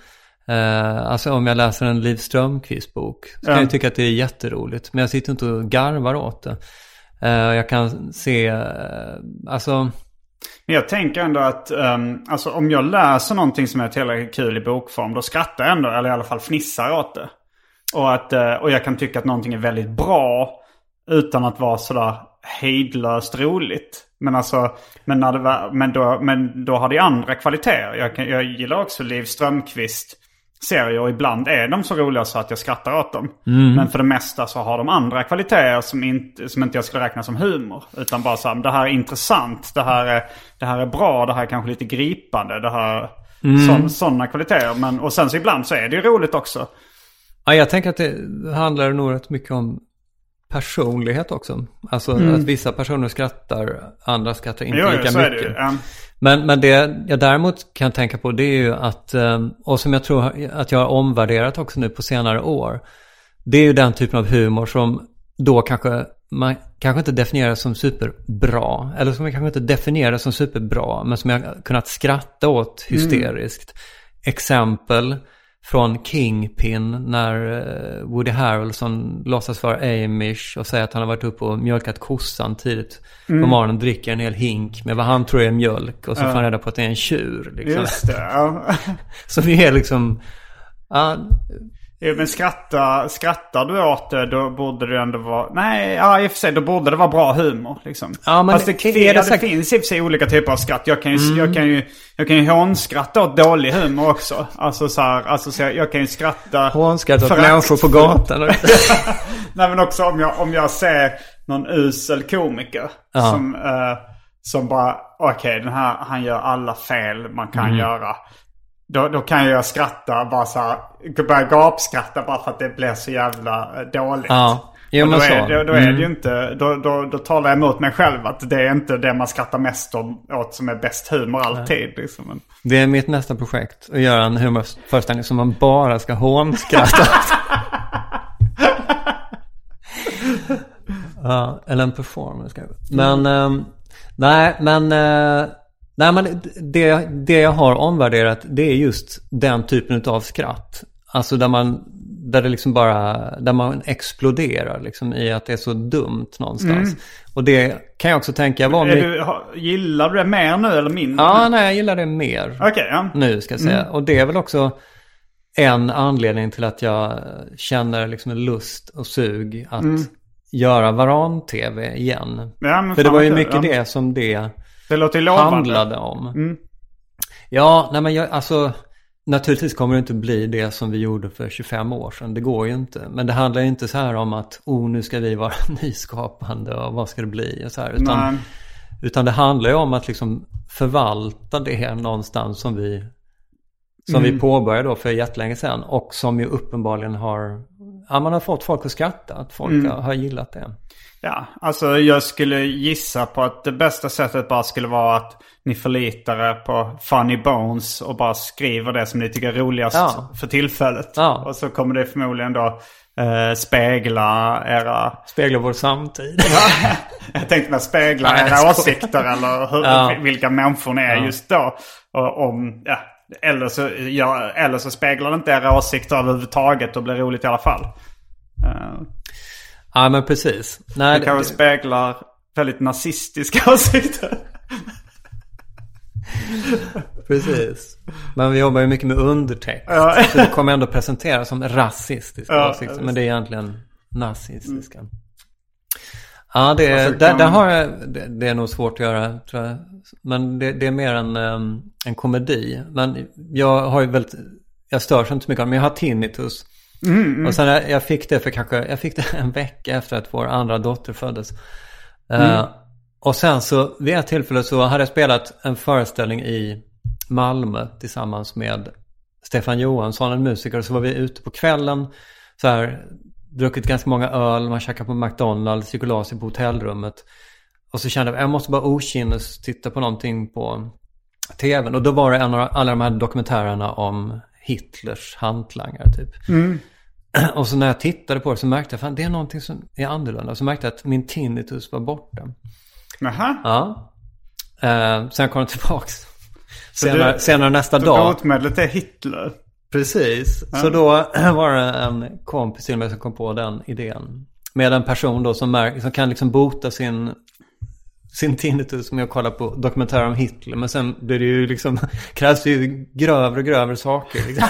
Uh, alltså om jag läser en Liv Strömquist bok så kan mm. jag tycka att det är jätteroligt. Men jag sitter inte och garvar åt det. Uh, jag kan se... Uh, alltså... Men jag tänker ändå att um, alltså om jag läser någonting som är tillräckligt kul i bokform, då skrattar jag ändå, eller i alla fall fnissar åt det. Och, att, uh, och jag kan tycka att någonting är väldigt bra utan att vara sådär hejdlöst roligt. Men, alltså, men, när det var, men, då, men då har det andra kvaliteter. Jag, kan, jag gillar också Liv Strömquist serier, och ibland är de så roliga så att jag skrattar åt dem. Mm. Men för det mesta så har de andra kvaliteter som inte, som inte jag skulle räkna som humor. Utan bara så här, det här är intressant, det här är, det här är bra, det här är kanske lite gripande, det här mm. sådana kvaliteter. Men, och sen så ibland så är det ju roligt också. Ja, jag tänker att det handlar nog rätt mycket om personlighet också. Alltså mm. att vissa personer skrattar, andra skrattar inte jo, lika mycket. Det, ja. Men, men det jag däremot kan tänka på, det är ju att, och som jag tror att jag har omvärderat också nu på senare år, det är ju den typen av humor som då kanske man kanske inte definierar som superbra, eller som man kanske inte definierar som superbra, men som jag har kunnat skratta åt hysteriskt. Mm. Exempel från Kingpin, när Woody Harrelson låtsas vara Amish och säger att han har varit upp och mjölkat kossan tidigt mm. på morgonen, dricker en hel hink med vad han tror är mjölk, och så uh. får han reda på att det är en tjur liksom. Just det, ja. Så vi är liksom ja, ja, men skratta, skrattar du åt det, då borde det ändå vara... Nej, ja, i och för sig, då borde det vara bra humor liksom. Ja, men fast det, det, det, det, det finns i och för sig olika typer av skratt. Jag kan ju, mm. jag kan ju, jag kan ju hånskratta åt dålig humor också. Alltså så här, alltså så jag, jag kan ju skratta... Hånskratta åt människor på gatan. Nej, men också om jag, om jag ser någon usel komiker uh-huh. som, uh, som bara, okej, okay, den här, han gör alla fel man kan mm. göra. Då, då kan jag skratta bara så här, börja gapskratta bara för att det blir så jävla dåligt. Ja, jo, men då, så. Är, då, då mm. är det ju inte, då, då, då talar jag emot mig själv att det är inte det man skrattar mest om, åt som är bäst humor alltid. Liksom. Det är mitt nästa projekt, att göra en humorföreställning som man bara ska hånskratta. Ja, eller en performance kanske. Men, mm. um, nej, men... Uh, Nej, men det, det jag har omvärderat, det är just den typen av skratt. Alltså där man, där det liksom bara, där man exploderar liksom i att det är så dumt någonstans. Mm. Och det kan jag också tänka var är du, gillar du det mer nu eller mindre? Ja, nej, jag gillar det mer. Okej, okay, ja. Nu ska jag säga. Mm. Och det är väl också en anledning till att jag känner liksom en lust och sug att mm. göra varan-tv igen. Ja, för det var ju mycket ja. det som det, det låter handlade om. Mm. Ja, nej men jag, alltså naturligtvis kommer det inte bli det som vi gjorde för tjugofem år sedan. Det går ju inte. Men det handlar ju inte så här om att oh, nu ska vi vara nyskapande och vad ska det bli och så här. Utan, utan det handlar ju om att liksom förvalta det här någonstans som vi som mm. vi påbörjade då för jättelänge sedan. Och som ju uppenbarligen har, ja, man har fått folk att skratta. Att folk mm. har, har gillat det. Ja, alltså jag skulle gissa på att det bästa sättet bara skulle vara att ni förlitar er på Funny Bones och bara skriver det som ni tycker är roligast ja. för tillfället. Ja. Och så kommer det förmodligen då eh, spegla era... Spegla vår samtid. Jag tänkte med spegla Nej, era åsikter eller hur, ja. vilka människor ni är ja. just då. Och om... Ja. Eller så, ja, eller så speglar det inte era åsikter överhuvudtaget och blir roligt i alla fall. Uh, ja, men precis. Nej, det kanske speglar väldigt nazistiska åsikter. Precis. Men vi jobbar ju mycket med undertext. Ja. Så det kommer ändå presenteras som rasistiska ja, åsikter. Men det är egentligen nazistiska. Mm. Ja, det, alltså, där, kan... där har jag, det, det är nog svårt att göra, tror jag. Men det, det är mer en, um, en komedi. Men jag har ju väldigt, jag störs inte så mycket, men jag har tinnitus. Mm, mm. Och sen jag, jag fick det för kanske, jag fick det en vecka efter att vår andra dotter föddes. Mm. Uh, och sen så, vid ett tillfälle så hade jag spelat en föreställning i Malmö tillsammans med Stefan Johansson, en musiker. Så var vi ute på kvällen så här, druckit ganska många öl, man käkade på McDonald's, gick och la sig på hotellrummet. Och så kände jag, jag måste bara okynnes titta på någonting på tvn. Och då var det en av alla de här dokumentärerna om Hitlers hantlangare typ. Mm. Och så när jag tittade på det så märkte jag, fan det är någonting som är annorlunda. Och så märkte jag att min tinnitus var borta. Jaha. Ja. Eh, sen kom jag tillbaks. Senare, du, senare nästa dag. Så botmedlet är Hitler. Precis. Ja. Så då var det en kompis till mig som kom på den idén. Med en person då som, märker, som kan liksom bota sin, sin tinnitus med att kolla på dokumentärer om Hitler. Men sen blir det ju liksom, krävs det ju grövre och grövre saker. Liksom.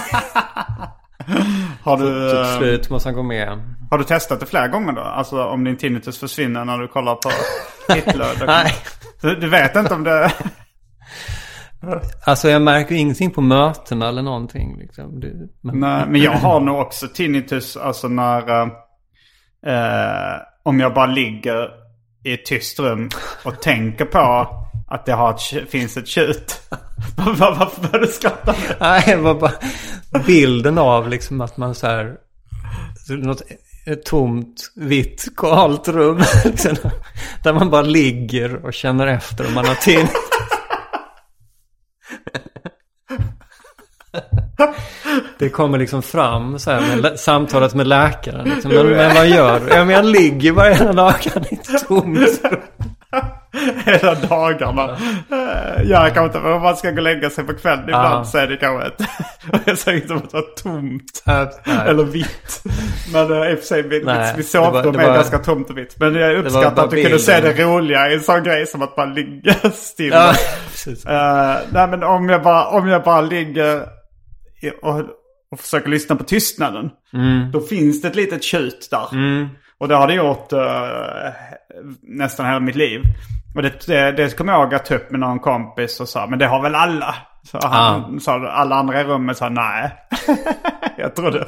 Har du, till slut måste han gå med. Har du testat det flera gånger då? Alltså om din tinnitus försvinner när du kollar på Hitler? Nej. Du, du vet inte om det... Alltså jag märker ju ingenting på mötena eller någonting liksom. Det, men... Nej, men jag har nog också tinnitus. Alltså när eh, om jag bara ligger i ett tyst rum och tänker på att det har ett, finns ett tjut. Varför börjar du skratta? Nej, det var bara bilden av liksom att man så här något ett tomt, vitt, kalt rum liksom, där man bara ligger och känner efter om man har tinnitus. Det kommer liksom fram så här med samtalet med läkaren liksom. men, men vad gör du? Ja, men jag ligger varje dag i ett tomt hela dagarna. Jag kan inte, om man ska gå och lägga sig på kvällen ibland ah. så är det kanske ett jag säger inte att det var tomt äh, eller vitt, men uh, i och för sig vi, vi sovrum är ganska tomt och vitt, men jag uppskattar att du kunde se det roliga i en sån grej som att man ligger still. Ja, uh, nej men om jag bara, om jag bara ligger och, och försöker lyssna på tystnaden mm. då finns det ett litet tjut där mm. och det har det gjort uh, nästan hela mitt liv. Och det, det, det kommer jag att ta upp med någon kompis och sa, men det har väl alla. Så han, ah. sa alla andra i rummet sa nej. jag trodde.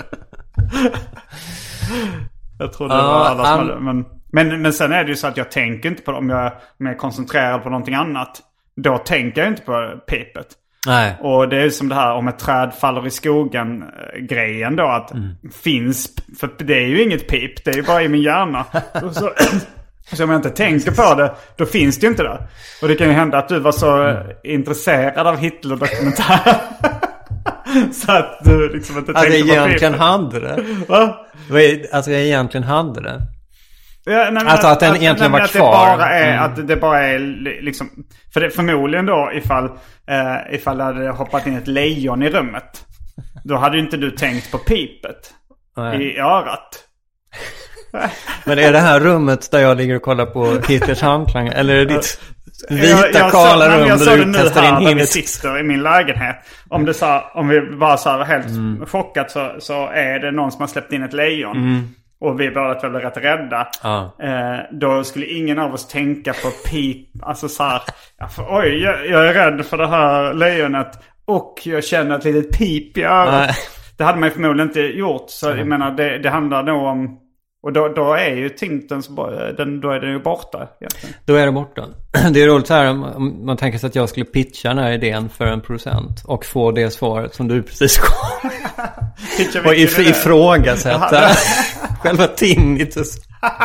jag trodde ah, det var alla som hade, men, men, men sen är det ju så att jag tänker inte på det. Om jag, om jag är koncentrerad på någonting annat, då tänker jag inte på pipet. Nej. Och det är som det här om ett träd faller i skogen grejen då att mm. finns, för det är ju inget pip, det är ju bara i min hjärna. Och så, så om jag inte tänker på det, då finns det ju inte där. Och det kan ju hända att du var så mm. intresserad av Hitler-dokumentär så att du liksom inte alltså, tänkte på egentligen hade det. Va? Alltså jag egentligen hade det. Ja, nej, men alltså att, att den egentligen nej, var att kvar. Det bara är, mm. att det bara är liksom, för det förmodligen då ifall, eh, ifall det hade hoppat in ett lejon i rummet, då hade ju inte du tänkt på pipet. Nej. i örat. Men är det här rummet där jag ligger och kollar på Hitlers handklang? Eller är det ditt vita jag, jag kala så, rum jag där du nu testar här, in där vi hit? sitter i min lägenhet. Om, det så, om vi bara så här helt mm. chockat så, så är det någon som har släppt in ett lejon. Mm. Och vi båda två blir rätt rädda. Ah. Eh, då skulle ingen av oss tänka på pip. Alltså så här, ja, för, oj, jag, jag är rädd för det här lejonet. Och jag känner ett litet pip i örat. Ah. Det hade man ju förmodligen inte gjort. Så mm. jag menar, det, det handlar nog om... Och då, då är ju Tintens, den, då är den ju borta egentligen. Då är det borta. Det är roligt så här om man tänker sig att jag skulle pitcha den här idén för en producent och få det svaret som du precis kom. Och if- ifrågasätta själva tinnitus.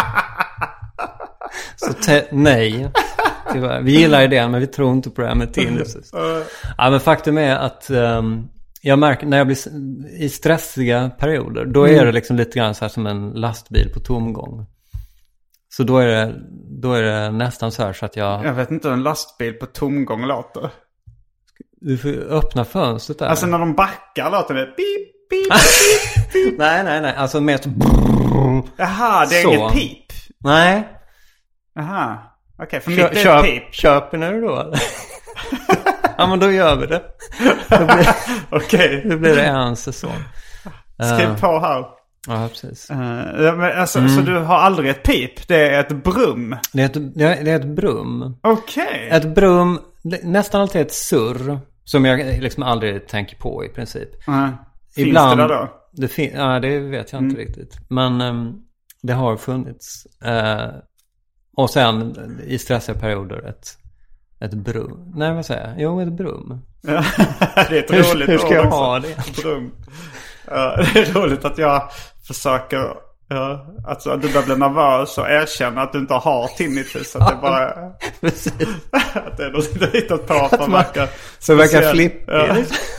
Så te- nej. Tyvärr. Vi gillar idén men vi tror inte på det här med tinnitus. Ja, men faktum är att... Um, jag märker när jag blir i stressiga perioder, då är mm. det liksom lite grann så här som en lastbil på tomgång. Så då är det, då är det nästan så här så att jag... Jag vet inte hur en lastbil på tomgång låter. Du får öppna fönstret där. Alltså när de backar låter det pip, pip, pip, pip. Nej, nej, nej. Alltså mer så... Jaha, det är så. Inget pip. Nej. Jaha, okej. Okay, för Kö- mitt köp, är pip. Köper ni det då? Ja, men då gör vi det. Då blir, okay. då blir det en säsong. Skriv på här. Ja, precis. Uh, men alltså, mm. Så du har aldrig ett pip? Det är ett brum? Det är ett, det är ett brum. Okej. Okay. Ett brum, nästan alltid ett surr. Som jag liksom aldrig tänker på i princip. Uh, finns Ibland, det där då? Det fin- ja, det vet jag inte mm. riktigt. Men um, det har funnits. Uh, och sen i stressiga perioder ett... Ett brum. Nej, vad säger jag? Jo, ett brum. Ja, det är ett roligt hur, hur ska ord jag också. ha det? Brum. Ja, det är roligt att jag försöker... Ja, alltså att du börjar bli nervös och erkänna att du inte har tinnitus. Att det bara... Precis. Att det är något du har hittat på. Att man verkar... Så verkar flippig. Ja.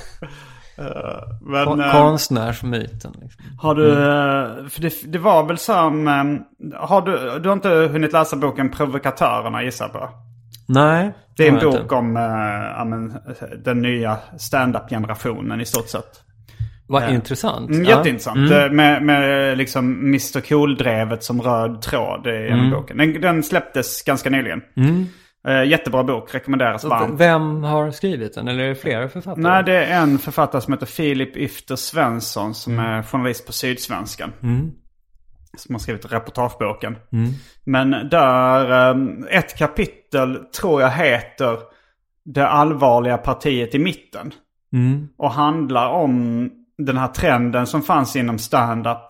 Uh, men, Kon- konstnärsmyten liksom. Har du mm. för det, det var väl som har du du har inte hunnit läsa boken Provokatörerna, gissar på? Nej. Det är en bok inte. om äh, amen, den nya stand-up-generationen i stort sett. Vad äh, intressant. Mm, jätteintressant. Mm. Med, med liksom mister Cool-drevet som röd tråd i mm. boken. Den, den släpptes ganska nyligen. Mm. Äh, jättebra bok, rekommenderas varmt. Vem har skrivit den? Eller är det flera författare? Nej, det är en författare som heter Filip Yfter Svensson som mm. är journalist på Sydsvenskan. Mm. Som har skrivit reportageboken. Mm. Men där, ett kapitel tror jag heter Det allvarliga partiet i mitten. Mm. Och handlar om den här trenden som fanns inom stand-up.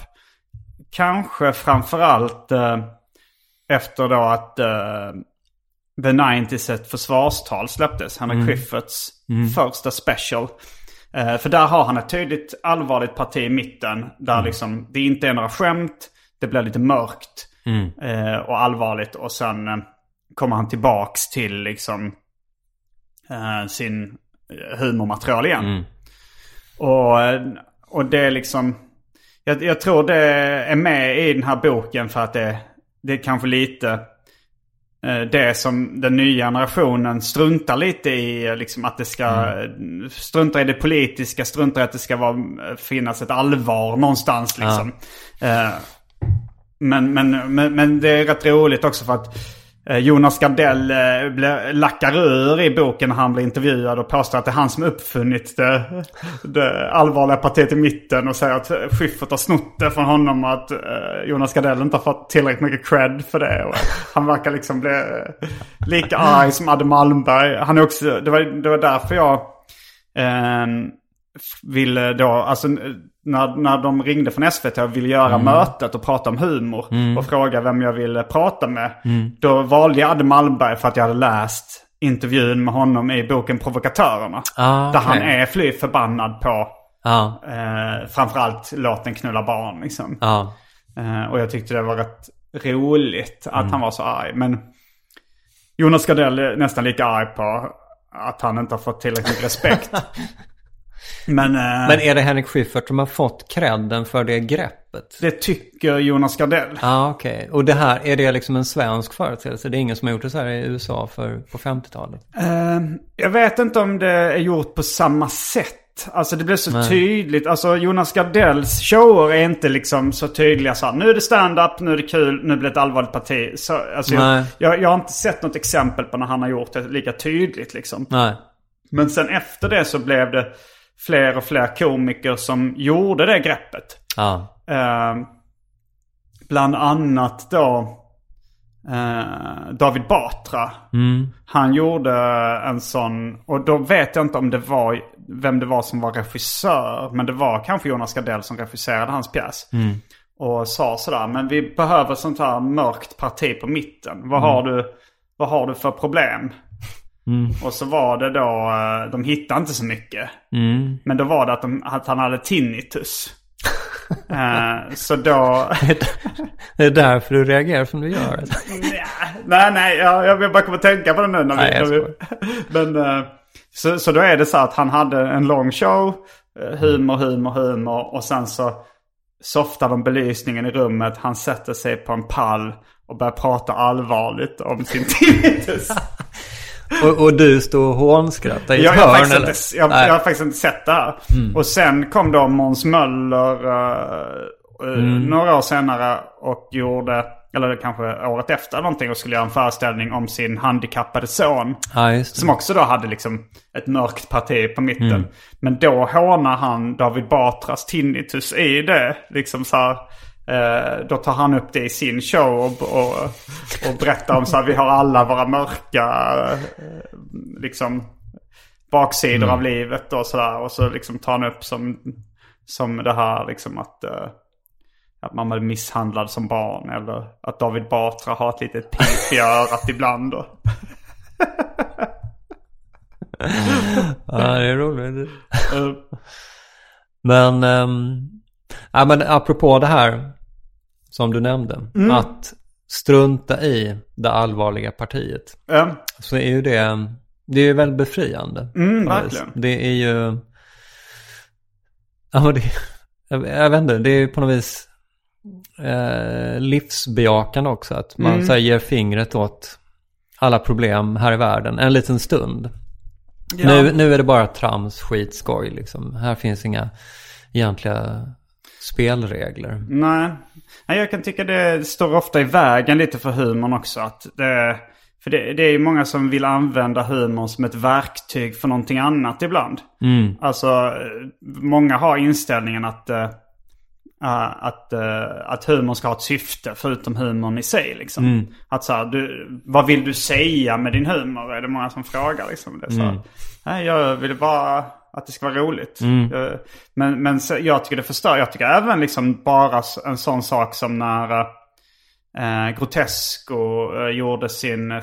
Kanske framförallt eh, efter då att eh, The nittio ett försvarstal släpptes. Henrik mm. Schyfferts mm. första special. Eh, för där har han ett tydligt allvarligt parti i mitten. Där mm. liksom, det inte är några skämt. Det blir lite mörkt mm. eh, och allvarligt. Och sen eh, kommer han tillbaks till liksom eh, sin humormaterial igen. Mm. Och, och det är liksom... Jag, jag tror det är med i den här boken för att det, det är kanske lite eh, det som den nya generationen struntar lite i. Liksom att det ska... Mm. Struntar i det politiska, struntar i att det ska vara, finnas ett allvar någonstans liksom. Ja. Eh, Men, men, men, men det är rätt roligt också för att eh, Jonas Gardell eh, blir, lackar ur i boken när han blir intervjuad och påstår att det är han som uppfunnit det, det allvarliga partiet i mitten och säger att Schyffert har snott det från honom och att eh, Jonas Gardell inte har fått tillräckligt mycket cred för det. Och han verkar liksom bli eh, lika arg som Adde Malmberg. Han är också, det, var, det var därför jag eh, ville då... Alltså, När, när de ringde från S V T och ville göra mm. mötet och prata om humor mm. och fråga vem jag ville prata med. Mm. Då valde jag Adde Malmberg för att jag hade läst intervjun med honom i boken Provokatörerna. Ah, där okay. han är fly förbannad på ah. eh, framförallt låten Knulla barn. Liksom. Ah. Eh, och jag tyckte det var rätt roligt att mm. han var så arg. Men Jonas Gardell är nästan lika arg på att han inte har fått tillräckligt respekt. Men, eh, Men är det Henrik Schyffert som har fått credden för det greppet? Det tycker Jonas Gardell. Ja, ah, okej. Okay. Och det här, är det liksom en svensk företeelse? Det är ingen som har gjort det så här i U S A för, på femtiotalet? Eh, jag vet inte om det är gjort på samma sätt Alltså det blev så Nej. tydligt. Alltså Jonas Gardells shower är inte liksom så tydliga så här, nu är det stand-up, nu är det kul, nu blir det ett allvarligt parti. Så, alltså jag, jag, jag har inte sett något exempel på när han har gjort det lika tydligt liksom. Nej. Men sen efter det så blev det fler och fler komiker som gjorde det greppet. Ja. Eh, bland annat då eh, David Batra. Mm. Han gjorde en sån, och då vet jag inte om det var vem det var som var regissör, men det var kanske Jonas Gardell som regisserade hans pjäs. Mm. Och sa sådär, men vi behöver sånt här mörkt parti på mitten. Vad, mm. har, du, vad har du för problem? Mm. Och så var det då, de hittade inte så mycket. Mm. Men då var det att, de, att han hade tinnitus. uh, så då... Det är därför du reagerar som du gör. nej, nej, jag, jag bara kommer att tänka på det nu. När nej, vi, när vi, men, uh, så, så då är det så att han hade en lång show. Uh, humor, humor, humor. Och sen så softar de belysningen i rummet. Han sätter sig på en pall och börjar prata allvarligt om sin tinnitus. Och, och du står och hånskrattar i jag, hörn, jag, har eller? inte, jag, jag har faktiskt inte sett det här. Mm. Och sen kom då Måns Möller uh, mm. några år senare och gjorde, eller kanske året efter någonting, och skulle göra en föreställning om sin handikappade son. Ja, just det. Som också då hade liksom ett mörkt parti på mitten. Mm. Men då hånar han David Batras tinnitus i det. Liksom så här... Eh, då tar han upp det i sin show och, och, och berättar om så här, vi har alla våra mörka eh, liksom baksidor mm. av livet och sådär. Och så liksom tar han upp som, som det här liksom att, eh, att man är misshandlad som barn. Eller att David Batra har ett litet pip i örat ibland. Och ja, det är roligt. Men, um, ja, men apropå det här som du nämnde, mm. att strunta i det allvarliga partiet. Mm. Så är ju det, det är ju väldigt befriande. Mm, verkligen. Det är ju, ja, det, jag, jag vet inte, det är ju på något vis eh, livsbejakande också. Att man mm. så här, ger fingret åt alla problem här i världen en liten stund. Ja. Nu, nu är det bara trams, skit, skoj liksom. Här finns inga egentliga spelregler. Nej. Nej, jag kan tycka det står ofta i vägen lite för humorn också. Att det, för det, det är ju många som vill använda humorn som ett verktyg för någonting annat ibland. Mm. Alltså, många har inställningen att, uh, att, uh, att humorn ska ha ett syfte förutom humorn i sig. Liksom. Mm. Att så här, du, vad vill du säga med din humor? Är det många som frågar. Liksom. Det är så här, mm. Nej, jag vill bara... att det ska vara roligt. Mm. Men, men jag tycker det förstör. Jag tycker även liksom bara en sån sak som när eh, Grotesco eh, gjorde sin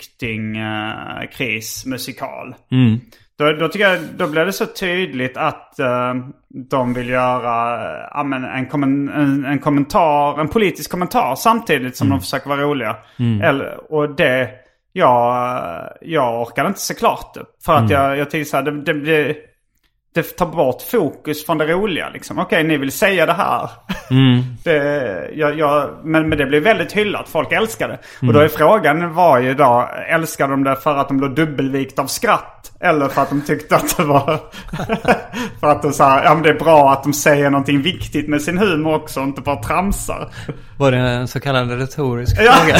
flyktingkrismusikal. Eh, mm. Då, då tycker jag, då blev det så tydligt att eh, de vill göra eh, en, en, en, en kommentar, en politisk kommentar samtidigt som mm. de försöker vara roliga. Mm. Eller, och det, ja, jag orkar inte se klart det. För att mm. jag, jag tycker så här, det, det blir... det tar bort fokus från det roliga. Liksom. Okej, okay, ni vill säga det här. Mm. det, jag, jag, men, men det blir väldigt hyllat. Folk älskar det. Mm. Och då är frågan varje dag, älskar de det för att de blev dubbelvikt av skratt? Eller för att de tyckte att det var... för att de sa, ja men det är bra att de säger någonting viktigt med sin humor också och inte bara tramsar. Var det en så kallad retorisk fråga?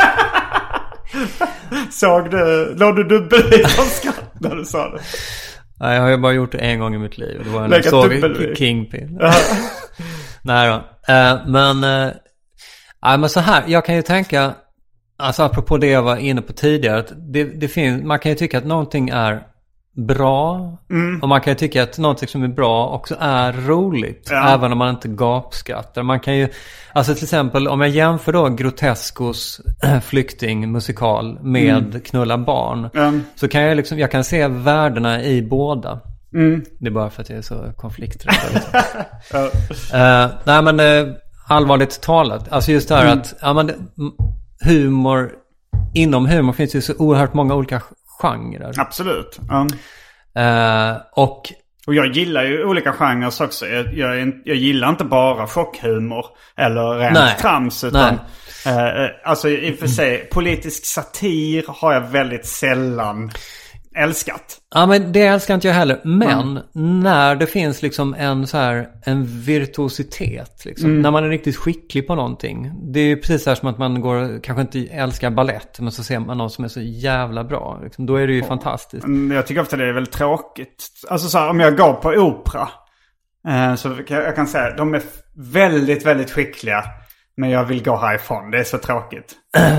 Såg du, låg du dubbelvikt av skratt när du sa det? Nej, jag har ju bara gjort det en gång i mitt liv. Det var när jag såg Kingpin. Nej då. Uh, men, uh, uh, men så här, jag kan ju tänka, alltså apropå det jag var inne på tidigare, att det, det finns, man kan ju tycka att någonting är bra. Mm. Och man kan ju tycka att någonting som är bra också är roligt. Ja. Även om man inte gapskrattar. Man kan ju, alltså till exempel om jag jämför då Grotescos flyktingmusikal med mm. Knulla barn. Mm. Så kan jag liksom, jag kan se värdena i båda. Mm. Det är bara för att jag är så konflikträdd. ja. uh, nej men uh, allvarligt talat. Alltså just det här mm. att ja, men, humor, inom humor finns ju så oerhört många olika genrer. Absolut. Um. Uh, och och jag gillar ju olika genrer också. Jag, jag, jag gillar inte bara chockhumor eller rent nej. trams utan uh, alltså i och för sig politisk satir har jag väldigt sällan älskat. Ja, men det älskar inte jag heller. Men mm. när det finns liksom en så här en virtuositet liksom, mm. när man är riktigt skicklig på någonting. Det är ju precis så här som att man går kanske inte älskar ballett, men så ser man någon som är så jävla bra liksom. Då är det ju oh. fantastiskt. Jag tycker ofta det är väldigt tråkigt. Alltså så här, om jag går på opera eh, så kan jag, jag kan säga de är väldigt väldigt skickliga, men jag vill gå härifrån. Det är så tråkigt.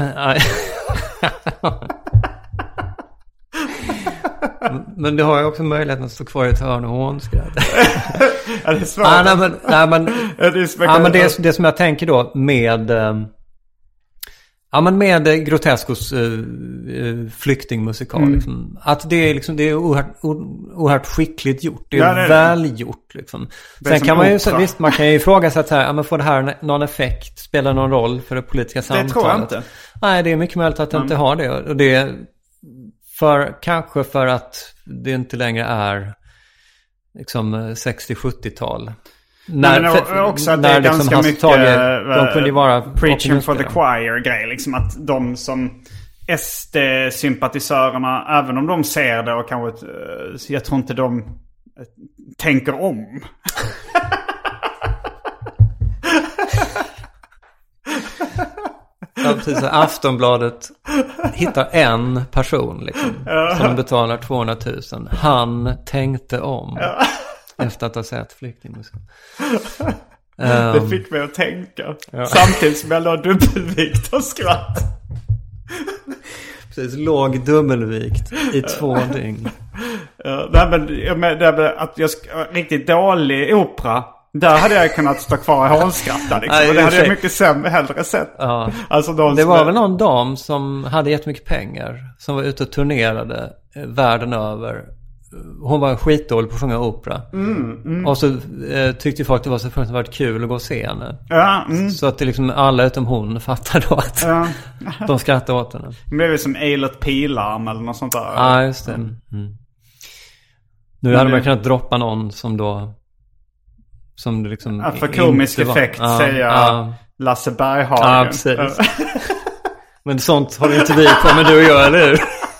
Men du har ju också möjligheten att stå kvar i ett hörn och hånskratta. Ja, det är svårt. Ah, nej, men, nej, men, ja, det, är ja, men det, det som jag tänker då med um, ja, men med Groteskos uh, flyktingmusikal mm. liksom, att det är liksom det är oerhört, oerhört skickligt gjort. Det är ja, det är välgjort liksom. Sen kan man ju så, visst man kan ju ifrågasätta här, ja, men får det här någon effekt, spelar någon roll för det politiska samtalet? Det tror jag inte. Nej, det är mycket möjligt att det mm. inte har det, och det för kanske för att det inte längre är liksom sextio-sjuttiotal. När, men för, också att det är liksom ganska mycket taget, de kunde ju vara preaching for the choir grej. Liksom att de som S D-sympatisörerna, även om de ser det och kanske, jag tror inte de tänker om. Ja, precis. Aftonbladet hittar en person liksom, ja. som betalar tvåhundratusen. Han tänkte om ja. efter att ha sett flyktingmusikal. um, det fick mig att tänka. Ja. Samtidigt som jag la dubbelvikt och skratt. Precis, låg dubbelvikt i två dygn. Ja, nej, men, men det, att jag riktigt dålig opera. Där hade jag kunnat stå kvar och hånskratta liksom. Nej, och det hade jag mycket sämre, hellre sett. Ja. Alltså de det var är... väl någon dam som hade jättemycket pengar, som var ute och turnerade eh, världen över. Hon var skitdålig på att sjunga opera. Mm, mm. Och så eh, tyckte folk det var så fruktansvärt kul att gå och se henne. Ja, mm. Så att det liksom alla utom hon fattade då att ja. de skrattade åt henne. Det blev som Eilert Pilarm eller något sånt där. Ja, just det. Mm. Nu Men hade det... man kunnat droppa någon som då som liksom ja, för komisk effekt var, säger ja, Lasse Berghagen. Ja, precis. Men sånt har inte vi på med du och jag, eller hur?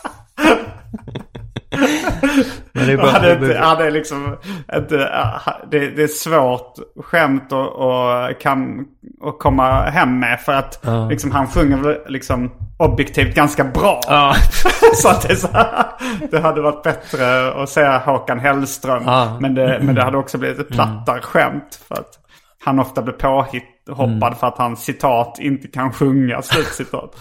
Men det är bara, hade inte, hade liksom ett, det, det är svårt skämt och, och kan och komma hem med för att ja. liksom, han sjunger liksom objektivt ganska bra. Ja. Så att det, så här, det hade varit bättre att säga Håkan Hellström. Ja. Men, det, men det hade också blivit ett plattar mm. skämt för att han ofta blir påhoppad mm. för att han citat inte kan sjunga slutcitat.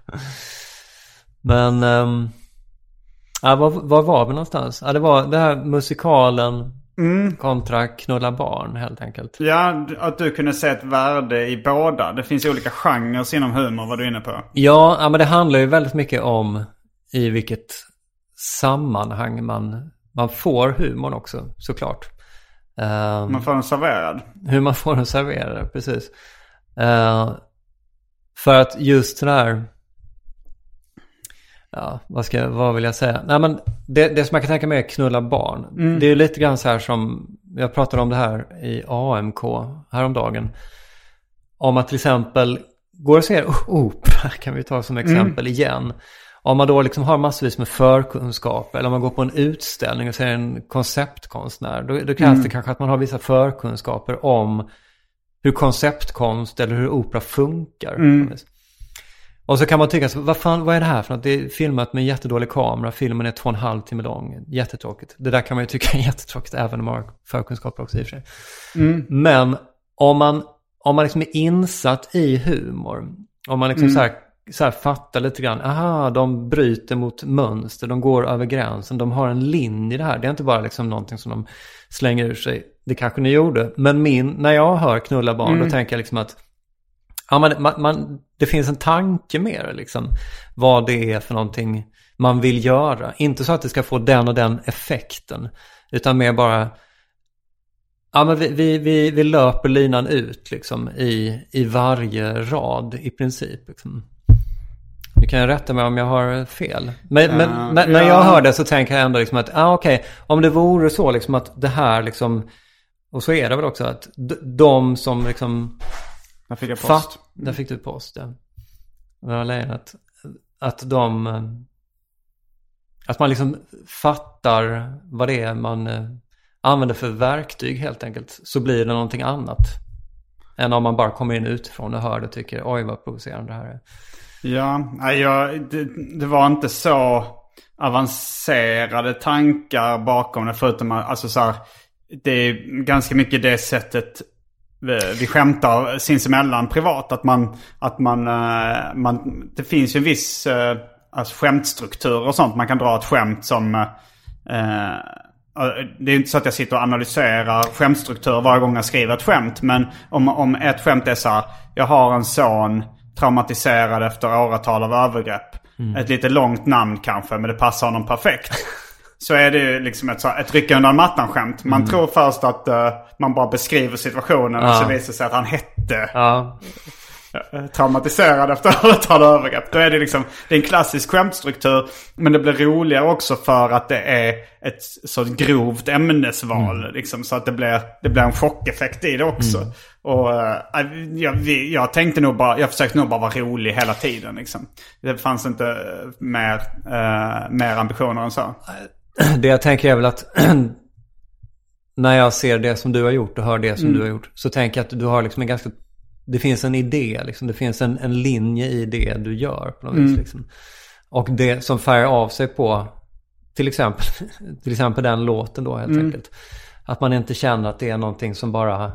Men um... Ja, var, var var vi någonstans? Ja, det var det här musikalen mm. kontra knulla barn helt enkelt. Ja, att du kunde se ett värde i båda. Det finns ju olika genrer inom humor, vad du är inne på. Ja, ja, men det handlar ju väldigt mycket om i vilket sammanhang man, man får humorn också, såklart. Um, man får den serverad. Hur man får den serverad, precis. Uh, för att just den här... Ja, vad, ska, vad vill jag säga? Nej, men det, det som jag kan tänka mig är knulla barn. Mm. Det är ju lite grann så här som jag pratade om det här i A M K häromdagen. Om att till exempel går och ser opera, kan vi ta som exempel mm. igen. Om man då liksom har massvis med förkunskap, eller om man går på en utställning och ser en konceptkonstnär, då, då krävs mm. det kanske att man har vissa förkunskaper om hur konceptkonst eller hur opera funkar. Mm. Och så kan man tycka, vad fan, vad är det här för något? Det är filmat med en jättedålig kamera. Filmen är två och en halv timme lång. Jättetråkigt. Det där kan man ju tycka är jättetråkigt, även om man har förkunskaper också i och för sig. Mm. Men om man, om man liksom är insatt i humor, om man liksom mm. så här, så här fattar lite grann, aha, de bryter mot mönster, de går över gränsen, de har en linje i det här. Det är inte bara liksom någonting som de slänger ur sig. Det kanske ni gjorde. Men min, när jag hör knulla barn, mm. då tänker jag liksom att ja, man, man, man, det finns en tanke med det, liksom, vad det är för någonting man vill göra. Inte så att det ska få den och den effekten, utan mer bara ja, men vi, vi, vi, vi löper linan ut liksom, i, i varje rad i princip. Liksom. Du kan rätta mig om jag har fel. Men, ja, men när, när jag hör det så tänker jag ändå liksom att ah, okej, okay, om det vore så liksom, att det här liksom, och så är det väl också att d- de som liksom där fick jag post. Fatt, där fick du post, ja. Det var lägen att, att de att man liksom fattar vad det är man eh, använder för verktyg helt enkelt, så blir det någonting annat än om man bara kommer in utifrån och hör det och tycker oj vad provocerande det här är. Ja, jag, det, det var inte så avancerade tankar bakom det, förutom att alltså så här, det är ganska mycket det sättet vi, vi skämtar sinsemellan privat, att man att man, man det finns ju en viss alltså skämtstruktur och sånt. Man kan dra ett skämt som eh, det är inte så att jag sitter och analyserar skämtstruktur varje gång jag skriver ett skämt, men om, om ett skämt är så här: jag har en son traumatiserad efter åratal av övergrepp. Mm. Ett lite långt namn kanske, men det passar honom perfekt. Så är det ju liksom ett, ett rycka undan mattan-skämt. Man mm. tror först att uh, man bara beskriver situationen, ja. Och så visar det sig att han hette ja. traumatiserad efter åratal av övergrepp. Då är det liksom, det är en klassisk skämtstruktur, men det blir roligare också för att det är ett så grovt ämnesval. Mm. Liksom, så att det blir, det blir en chockeffekt i det också. Mm. Och äh, jag, jag tänkte nog bara, jag försökte nog bara vara rolig hela tiden liksom. Det fanns inte mer, äh, mer ambitioner än så. Det jag tänker är väl att när jag ser det som du har gjort och hör det som mm. du har gjort, så tänker jag att du har liksom en ganska, det finns en idé liksom, det finns en, en linje i det du gör på något mm. vis liksom. Och det som färgar av sig på till exempel, till exempel den låten då helt mm. enkelt. Att man inte känner att det är någonting som bara...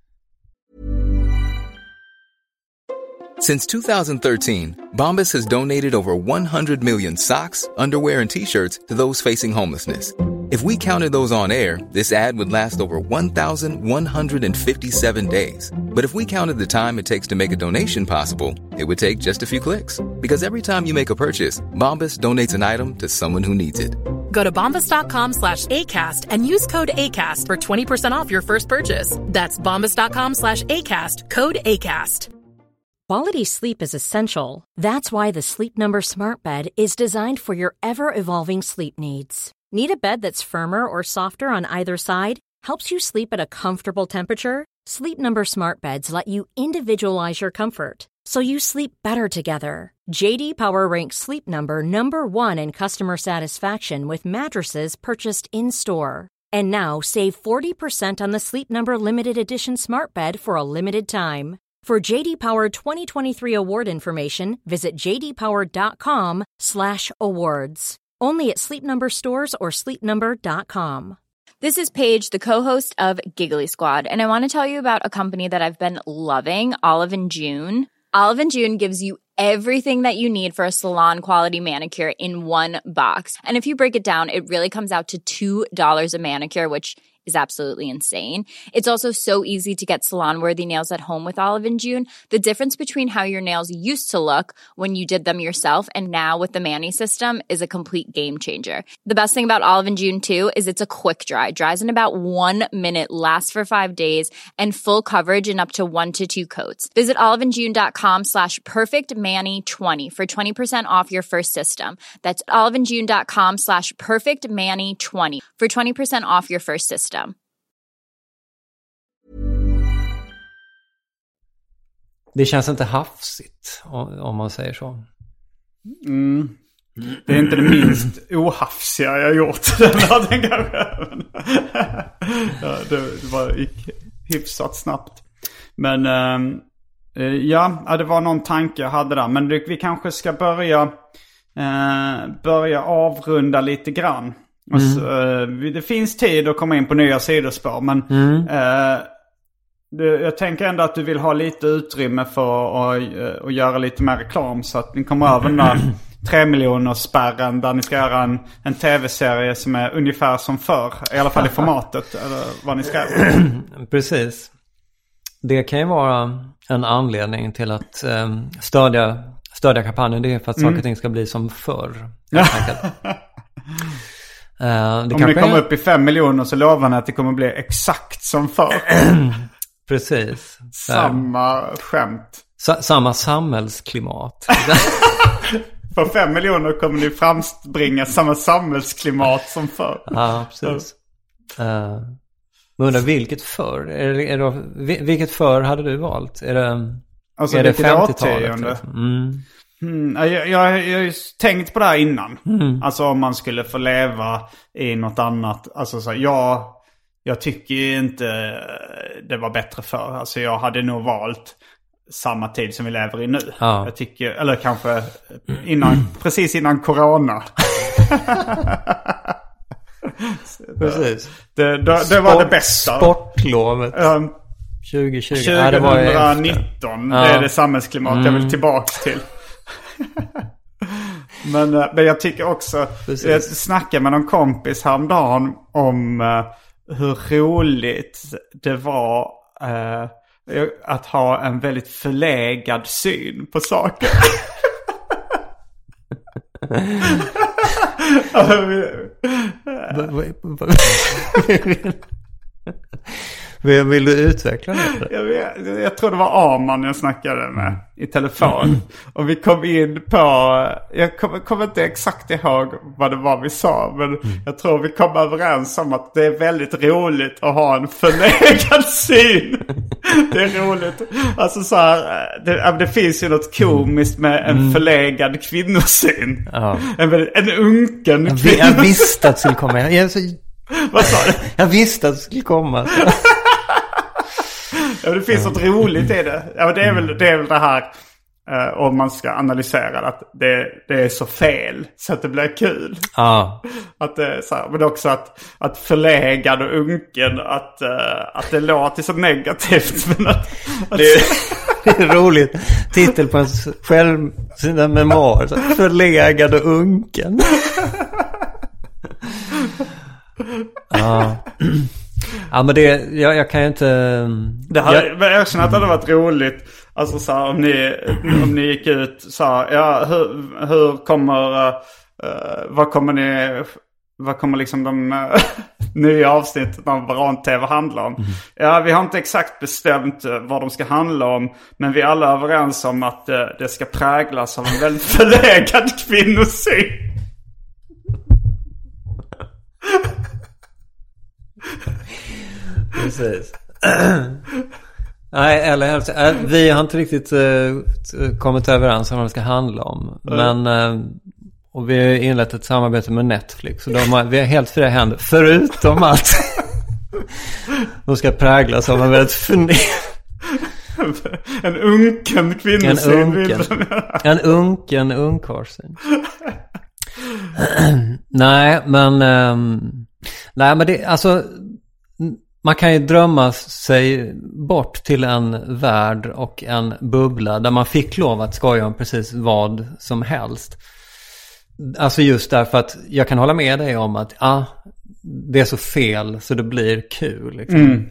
Since two thousand thirteen, Bombas has donated over one hundred million socks, underwear, and T-shirts to those facing homelessness. If we counted those on air, this ad would last over one thousand one hundred fifty-seven days. But if we counted the time it takes to make a donation possible, it would take just a few clicks. Because every time you make a purchase, Bombas donates an item to someone who needs it. Go to bombas.com slash ACAST and use code ACAST for twenty percent off your first purchase. That's bombas.com slash ACAST, code ACAST. Quality sleep is essential. That's why the Sleep Number Smart Bed is designed for your ever-evolving sleep needs. Need a bed that's firmer or softer on either side? Helps you sleep at a comfortable temperature? Sleep Number Smart Beds let you individualize your comfort, so you sleep better together. J D Power ranks Sleep Number number one in customer satisfaction with mattresses purchased in-store. And now save forty percent on the Sleep Number Limited Edition Smart Bed for a limited time. For J D Power twenty twenty-three award information, visit jdpower.com slash awards. Only at Sleep Number stores or sleep number dot com. This is Paige, the co-host of Giggly Squad, and I want to tell you about a company that I've been loving, Olive and June. Olive and June gives you everything that you need for a salon-quality manicure in one box. And if you break it down, it really comes out to two dollars a manicure, which is absolutely insane. It's also so easy to get salon-worthy nails at home with Olive and June. The difference between how your nails used to look when you did them yourself and now with the Mani system is a complete game changer. The best thing about Olive and June, too, is it's a quick dry. Dries in about one minute, lasts for five days, and full coverage in up to one to two coats. Visit oliveandjune.com slash perfectmani20 for twenty percent off your first system. That's oliveandjune.com slash perfectmani20 for twenty percent off your first system. Det känns inte hafsigt, om man säger så. Mm. Det är inte det minst ohafsiga jag gjort. Den kanske. Ja, det, det var gick hyfsat snabbt. Men äh, ja, det var någon tanke jag hade där. Men det, vi kanske ska börja äh, börja avrunda lite grann. Mm. Så, äh, det finns tid att komma in på nya sidospår. Men mm. äh, Du, jag tänker ändå att du vill ha lite utrymme för att, att göra lite mer reklam, så att ni kommer över den där tre miljoner spärren där ni ska göra en, en tv-serie som är ungefär som förr, i alla fall i formatet eller vad ni ska. Precis. Det kan ju vara en anledning till att um, stödja, stödja kampanjen. Det är för att mm. saker och ting ska bli som förr. uh, det Om ni kommer upp i fem miljoner så lovar ni att det kommer bli exakt som förr. Precis. Samma skämt. Sa- samma samhällsklimat. För fem miljoner kommer ni framspringa samma samhällsklimat som förr. Ja, precis. Uh, men undrar vilket förr? Är det, är det, vilket förr hade du valt? Är det, alltså är det femtiotalet? Liksom? Mm. Mm, jag, jag, jag har ju tänkt på det här innan. Mm. Alltså om man skulle få leva i något annat. Alltså så, jag, jag tycker inte det var bättre förr. Alltså jag hade nog valt samma tid som vi lever i nu. Ja. Jag tycker, eller kanske innan, precis innan corona. Precis. Det, det, det var det bästa. Sportlovet. Um, tjugo tjugo. tjugonitton, Ja, det var ju det är det samhällsklimat mm. jag vill tillbaka till. men, men jag tycker också, Precis. jag snackade med någon kompis häromdagen om uh, hur roligt det var uh, att ha en väldigt förlegad syn på saker. Vill, vill du utveckla det? Jag, vet, jag tror det var Arman jag snackade med i telefon. Och vi kom in på... Jag kommer kom inte exakt ihåg vad det var vi sa. Men jag tror vi kom överens om att det är väldigt roligt att ha en förlegad syn. Det är roligt. Alltså så här, det, det finns ju något komiskt med en mm. förlegad kvinnosyn. Ja. En, väldigt, en unken jag, kvinnosyn. Jag visste att det skulle komma. Jag, så... Vad sa du? Jag visste att det skulle komma. Ja, det finns något roligt i det. Ja, det är väl det, är väl det här uh, om man ska analysera att det, det är så fel så att det blir kul. Ja. Att det är så här, men också att, att förlegad och unken att, uh, att det låter så negativt. Men att, att det, är, det är roligt. Titel på ens själv, sina memoarer. Så, förlegad och unken. Ja. Ja, men det, jag, jag kan ju inte... Det hade, jag, jag känner att det hade varit roligt. Alltså så här, om ni, om ni gick ut så här, ja, hur, hur kommer... Uh, vad kommer ni... Vad kommer liksom de uh, nya avsnitten av Varan-T V handla om? Mm. Ja, vi har inte exakt bestämt uh, vad de ska handla om. Men vi är alla överens om att uh, det ska präglas av en väldigt förlegad kvinnosyn. Precis. Nej, eller vi har inte riktigt uh, kommit överens om vad det ska handla om. Men uh, och vi har inlett ett samarbete med Netflix. Och de har, vi har helt fria händer. Förutom att de ska präglas av en väldigt funnig... En unken kvinnosyn. En unken, en unken ungkarsyn. Nej, men... Um, nej, men det... Alltså... Man kan ju drömma sig bort till en värld och en bubbla där man fick lov att skoja om precis vad som helst. Alltså just därför att jag kan hålla med dig om att ah, det är så fel så det blir kul. Liksom. Mm.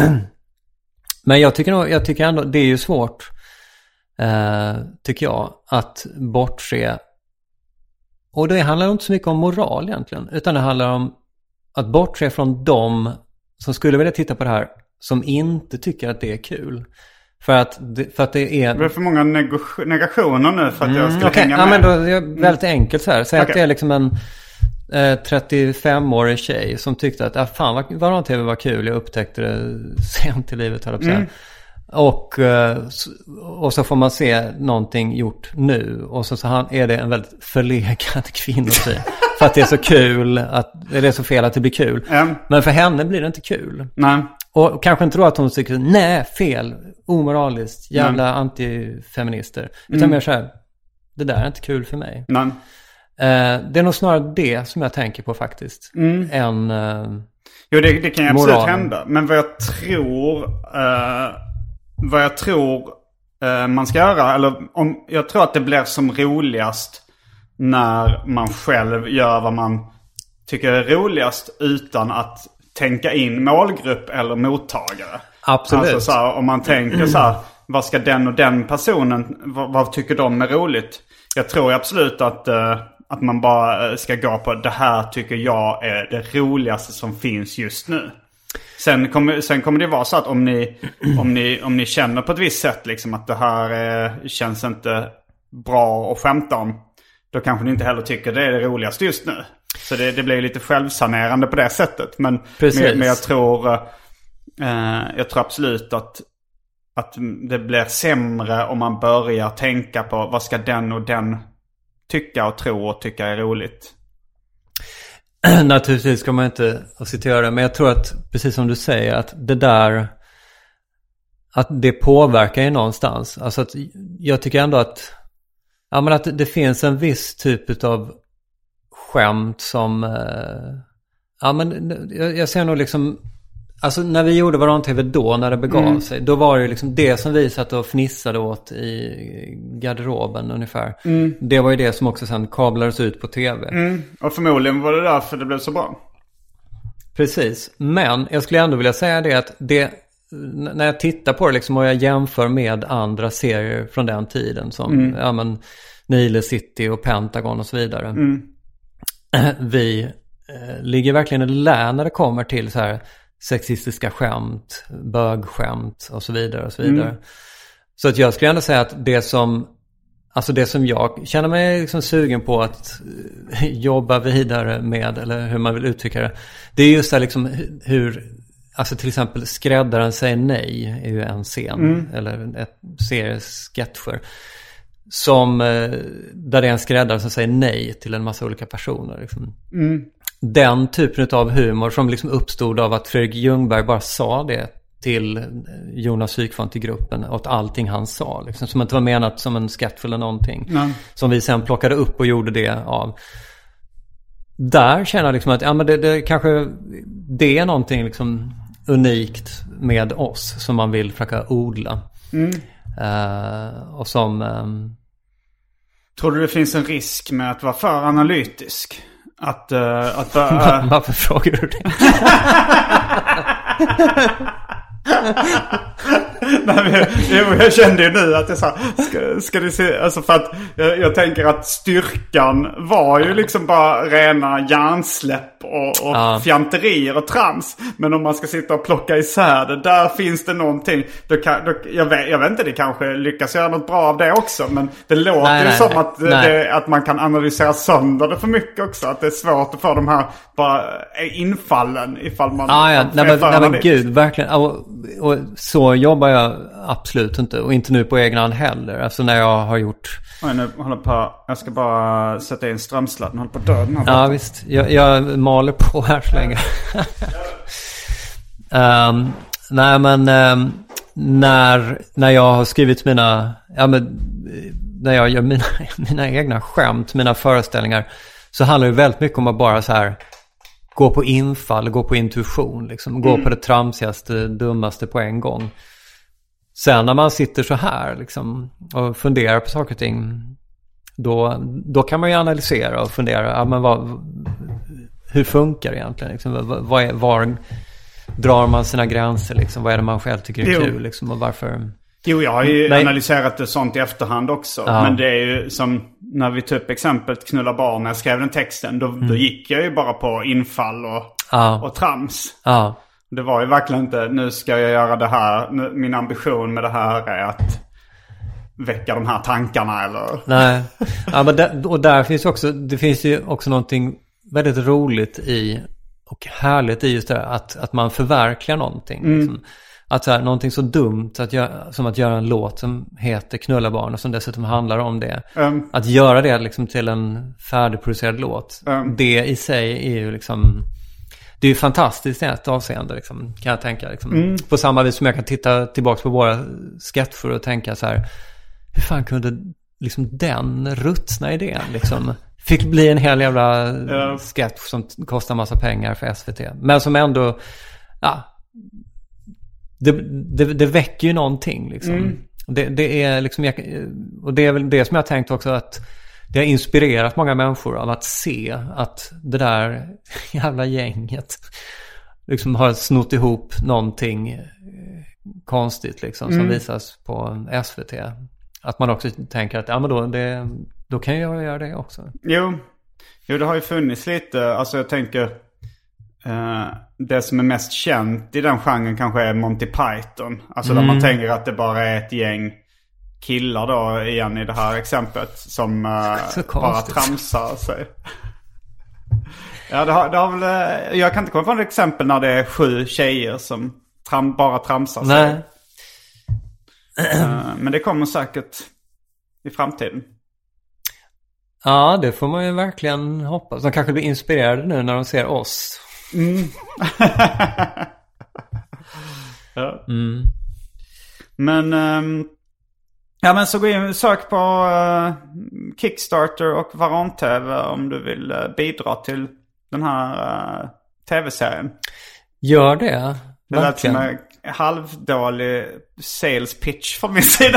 Men jag tycker, nog, jag tycker ändå det är ju svårt, eh, tycker jag, att bortse. Och det handlar inte så mycket om moral egentligen, utan det handlar om att bortse från dem som skulle vilja titta på det här som inte tycker att det är kul. För att det, för att det är... Det är för många neg- negationer nu för att mm, jag ska okay. hänga ja, med. Men då är det väldigt enkelt så här. Säg okay. att det är liksom en eh, trettiofem-årig tjej som tyckte att ah, fan, vad, Varan-T V var kul. Jag upptäckte det sent i livet, höll jag på att säga. Och, och så får man se någonting gjort nu. Och så, så han, är det en väldigt förlegad kvinnosyn. För att det är så kul, att det är så fel att det blir kul. Mm. Men för henne blir det inte kul. Nej. Och kanske inte då att hon tycker, nej, fel, omoraliskt, jävla mm. antifeminister. Utan mm. mer så här, det där är inte kul för mig. Nej. Eh, det är nog snarare det som jag tänker på faktiskt. Mm. Än eh, Jo, det, det kan ju absolut moralen. hända. Men vad jag tror... Eh, vad jag tror eh, man ska göra, eller om, jag tror att det blir som roligast när man själv gör vad man tycker är roligast utan att tänka in målgrupp eller mottagare. Absolut. Alltså så här, om man tänker så här, vad ska den och den personen, vad, vad tycker de är roligt? Jag tror absolut att, uh, att man bara ska gå på det här tycker jag är det roligaste som finns just nu. Sen kommer, sen kommer det vara så att om ni, om ni, om ni känner på ett visst sätt liksom att det här är, känns inte bra att skämta om, då kanske ni inte heller tycker det är det roligaste just nu. Så det, det blir lite självsanerande på det sättet. Men, men, men jag tror uh, jag tror absolut att att det blir sämre om man börjar tänka på vad ska den och den tycka och tro och tycka är roligt? Naturligtvis ska man inte citera det, men jag tror att precis som du säger att det där, att det påverkar ju någonstans. Alltså att jag tycker ändå att, ja, men att det finns en viss typ av skämt som, ja, men jag, jag ser nog liksom, alltså när vi gjorde Varann T V då, när det begav mm. sig, då var det ju liksom det som vi satt och fnissade åt i garderoben ungefär. Mm. Det var ju det som också sen kablades ut på tv. Mm. Och förmodligen var det därför det blev så bra. Precis, men jag skulle ändå vilja säga det att det, när jag tittar på det liksom och jag jämför med andra serier från den tiden som mm. ja, men, Nile City och Pentagon och så vidare. Mm. Vi eh, ligger verkligen i lä när det kommer till så här sexistiska skämt, bögskämt och så vidare och så vidare. Mm. Så att jag skulle ändå säga att det som, alltså det som jag känner mig liksom sugen på att jobba vidare med, eller hur man vill uttrycka det, det är just det liksom hur, alltså till exempel Skräddaren säger nej är ju en scen mm. eller ett serie sketcher som, där det är en skräddare som säger nej till en massa olika personer liksom. Mm. Den typen av humor som liksom uppstod av att Fredrik Ljungberg bara sa det till Jonas Sykfont i gruppen åt allting han sa liksom, som inte var menat som en sketch eller någonting. Mm. Som vi sen plockade upp och gjorde det av. Där känner jag liksom att ja, men det, det kanske det är någonting liksom unikt med oss som man vill försöka odla. Mm. Uh, och som um... Tror du det finns en risk med att vara för analytisk? Att, uh, att uh... Varför frågar du det? Nej, men jag, jag kände ju nu att jag sa ska, ska du se, alltså för att jag, jag tänker att styrkan var ju liksom bara rena hjärnsläpp och, och ja. fjanterier och trams. Men om man ska sitta och plocka isär det, där finns det någonting då kan, då, jag, vet, jag vet inte, det kanske lyckas göra något bra av det också, men det låter nej, ju nej, som nej, att, det, att man kan analysera sönder det för mycket också, att det är svårt att få de här bara infallen ifall man ah, ja. nej, men, nej, men gud, verkligen och, och så jobbar jag absolut inte, och inte nu på egen hand heller, alltså när jag har gjort. Oj, nu håller på, jag ska bara sätta in strömsladd, den håller på döden här. Ja visst, jag, jag maler på här så länge. um, nej men um, när, när jag har skrivit mina, ja men när jag gör mina, mina egna skämt, mina föreställningar, så handlar det väldigt mycket om att bara så här gå på infall, gå på intuition liksom, gå mm. på det tramsigaste, dummaste på en gång. Sen när man sitter så här liksom och funderar på saker och ting, då, då kan man ju analysera och fundera, ja, men vad, hur funkar det egentligen liksom, vad, vad är, var drar man sina gränser liksom, vad är det man själv tycker är jo. kul liksom, och varför. Jo, jag har ju Nej. analyserat det sånt i efterhand också. Ja. Men det är ju som när vi typ exemplet Knulla barn, när jag skrev den texten, då, mm. då gick jag ju bara på infall och, ja. och trams. Ja. Det var ju verkligen inte, nu ska jag göra det här, nu, min ambition med det här är att väcka de här tankarna eller. Nej, ja, men där, och där finns också, det finns ju också någonting väldigt roligt i och härligt i just det att, att man förverkligar någonting. Mm. Liksom. Att så här, någonting så dumt att göra, som att göra en låt som heter Knulla barn och som dessutom handlar om det. Mm. Att göra det liksom till en färdigproducerad låt. Mm. Det i sig är ju liksom, det är ju fantastiskt i ett avseende liksom, kan jag tänka. Liksom. Mm. På samma vis som jag kan titta tillbaka på våra sketcher och tänka så här, hur fan kunde liksom den rutsna idén liksom fick bli en hel jävla mm. sketch som kostar massa pengar för S V T. Men som ändå, ja, Det, det, det väcker ju någonting liksom. Mm. Det, det är liksom, och det är väl det som jag har tänkt också, att det har inspirerat många människor av att se att det där jävla gänget liksom har snott ihop någonting konstigt liksom, som mm. visas på S V T. Att man också tänker att ja, men då, det, då kan jag göra det också. Jo, jo det har ju funnits lite, alltså jag tänker Uh, det som är mest känt i den genren kanske är Monty Python. Alltså mm. där man tänker att det bara är ett gäng killar då, igen i det här exemplet, som uh, bara tramsar sig. Ja, det har, det har väl, jag kan inte komma på ett exempel när det är sju tjejer som tram, bara tramsar sig. Nej. uh, men det kommer säkert i framtiden. Ja, det får man ju verkligen hoppas. De kanske blir inspirerade nu när de ser oss. Mm. Ja. Mm. Men um, ja, men så gå in och sök på uh, Kickstarter och Varan-T V om du vill uh, bidra till den här uh, tv-serien. Gör det. Det lät som en halvdålig sales pitch från min sida.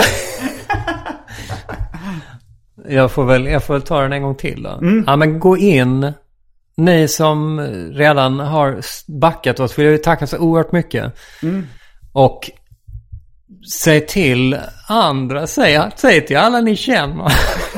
jag, får väl, jag får väl ta den en gång till då. Mm. Ja, men gå in. Ni som redan har backat oss, vill jag tacka så oerhört mycket. Mm. Och säg till andra, säg, säg till alla ni känner.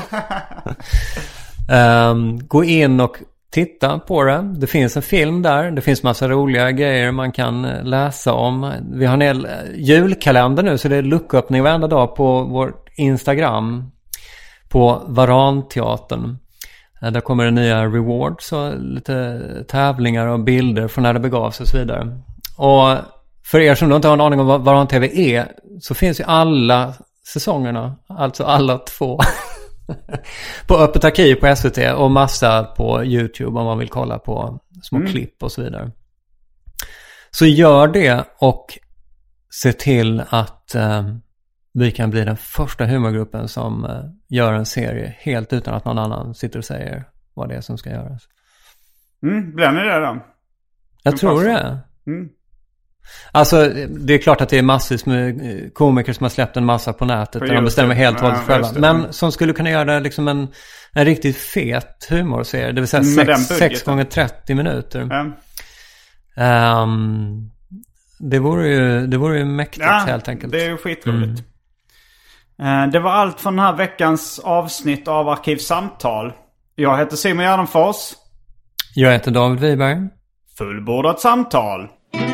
um, gå in och titta på det. Det finns en film där. Det finns massa roliga grejer man kan läsa om. Vi har en hel julkalender nu, så det är lucköppning varenda dag på vår Instagram på Varanteatern. Där kommer det nya rewards och lite tävlingar och bilder från när det begavs och så vidare. Och för er som då inte har en aning om vad Varan-T V är, så finns ju alla säsongerna, alltså alla två, på Öppet arkiv på S V T och massa på YouTube om man vill kolla på små mm. klipp och så vidare. Så gör det och se till att eh, vi kan bli den första humorgruppen som eh, gör en serie helt utan att någon annan sitter och säger vad det är som ska göras. Mm, blir ni det då? Jag tror passar. det. Mm. Alltså, det är klart att det är massvis med komiker som har släppt en massa på nätet där de bestämmer helt vad ja, själva. Men som skulle kunna göra liksom en, en riktigt fet humorserie. Det vill säga sex, sex gånger trettio minuter. Ja. Um, det, vore ju, det vore ju mäktigt ja, helt enkelt. Det är ju skitroligt. Mm. Uh, det var allt från den här veckans avsnitt av Arkivsamtal. Jag heter Simon Gärdenfors. Jag heter David Wiberg. Fullbordat samtal.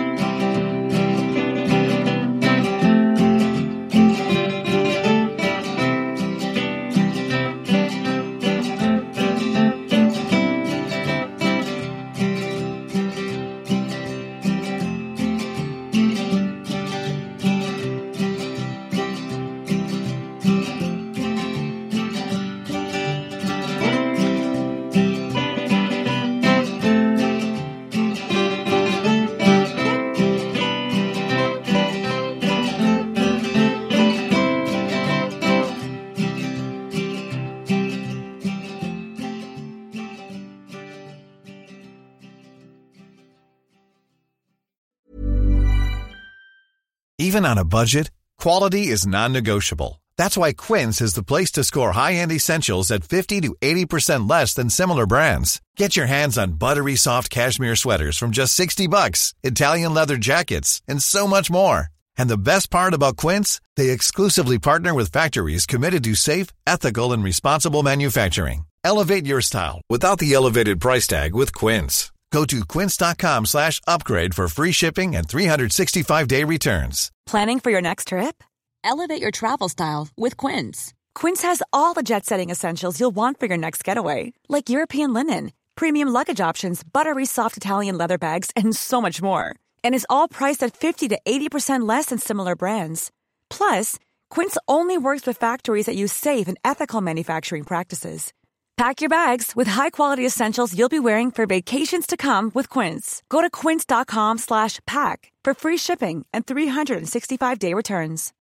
Even on a budget, quality is non-negotiable. That's why Quince is the place to score high-end essentials at fifty to eighty percent less than similar brands. Get your hands on buttery soft cashmere sweaters from just sixty bucks, Italian leather jackets, and so much more. And the best part about Quince, they exclusively partner with factories committed to safe, ethical, and responsible manufacturing. Elevate your style without the elevated price tag with Quince. Go to quince.com slash upgrade for free shipping and three sixty-five day returns. Planning for your next trip? Elevate your travel style with Quince. Quince has all the jet-setting essentials you'll want for your next getaway, like European linen, premium luggage options, buttery soft Italian leather bags, and so much more. And is all priced at fifty to eighty percent less than similar brands. Plus, Quince only works with factories that use safe and ethical manufacturing practices. Pack your bags with high-quality essentials you'll be wearing for vacations to come with Quince. Go to quince.com slash pack for free shipping and three sixty-five day returns.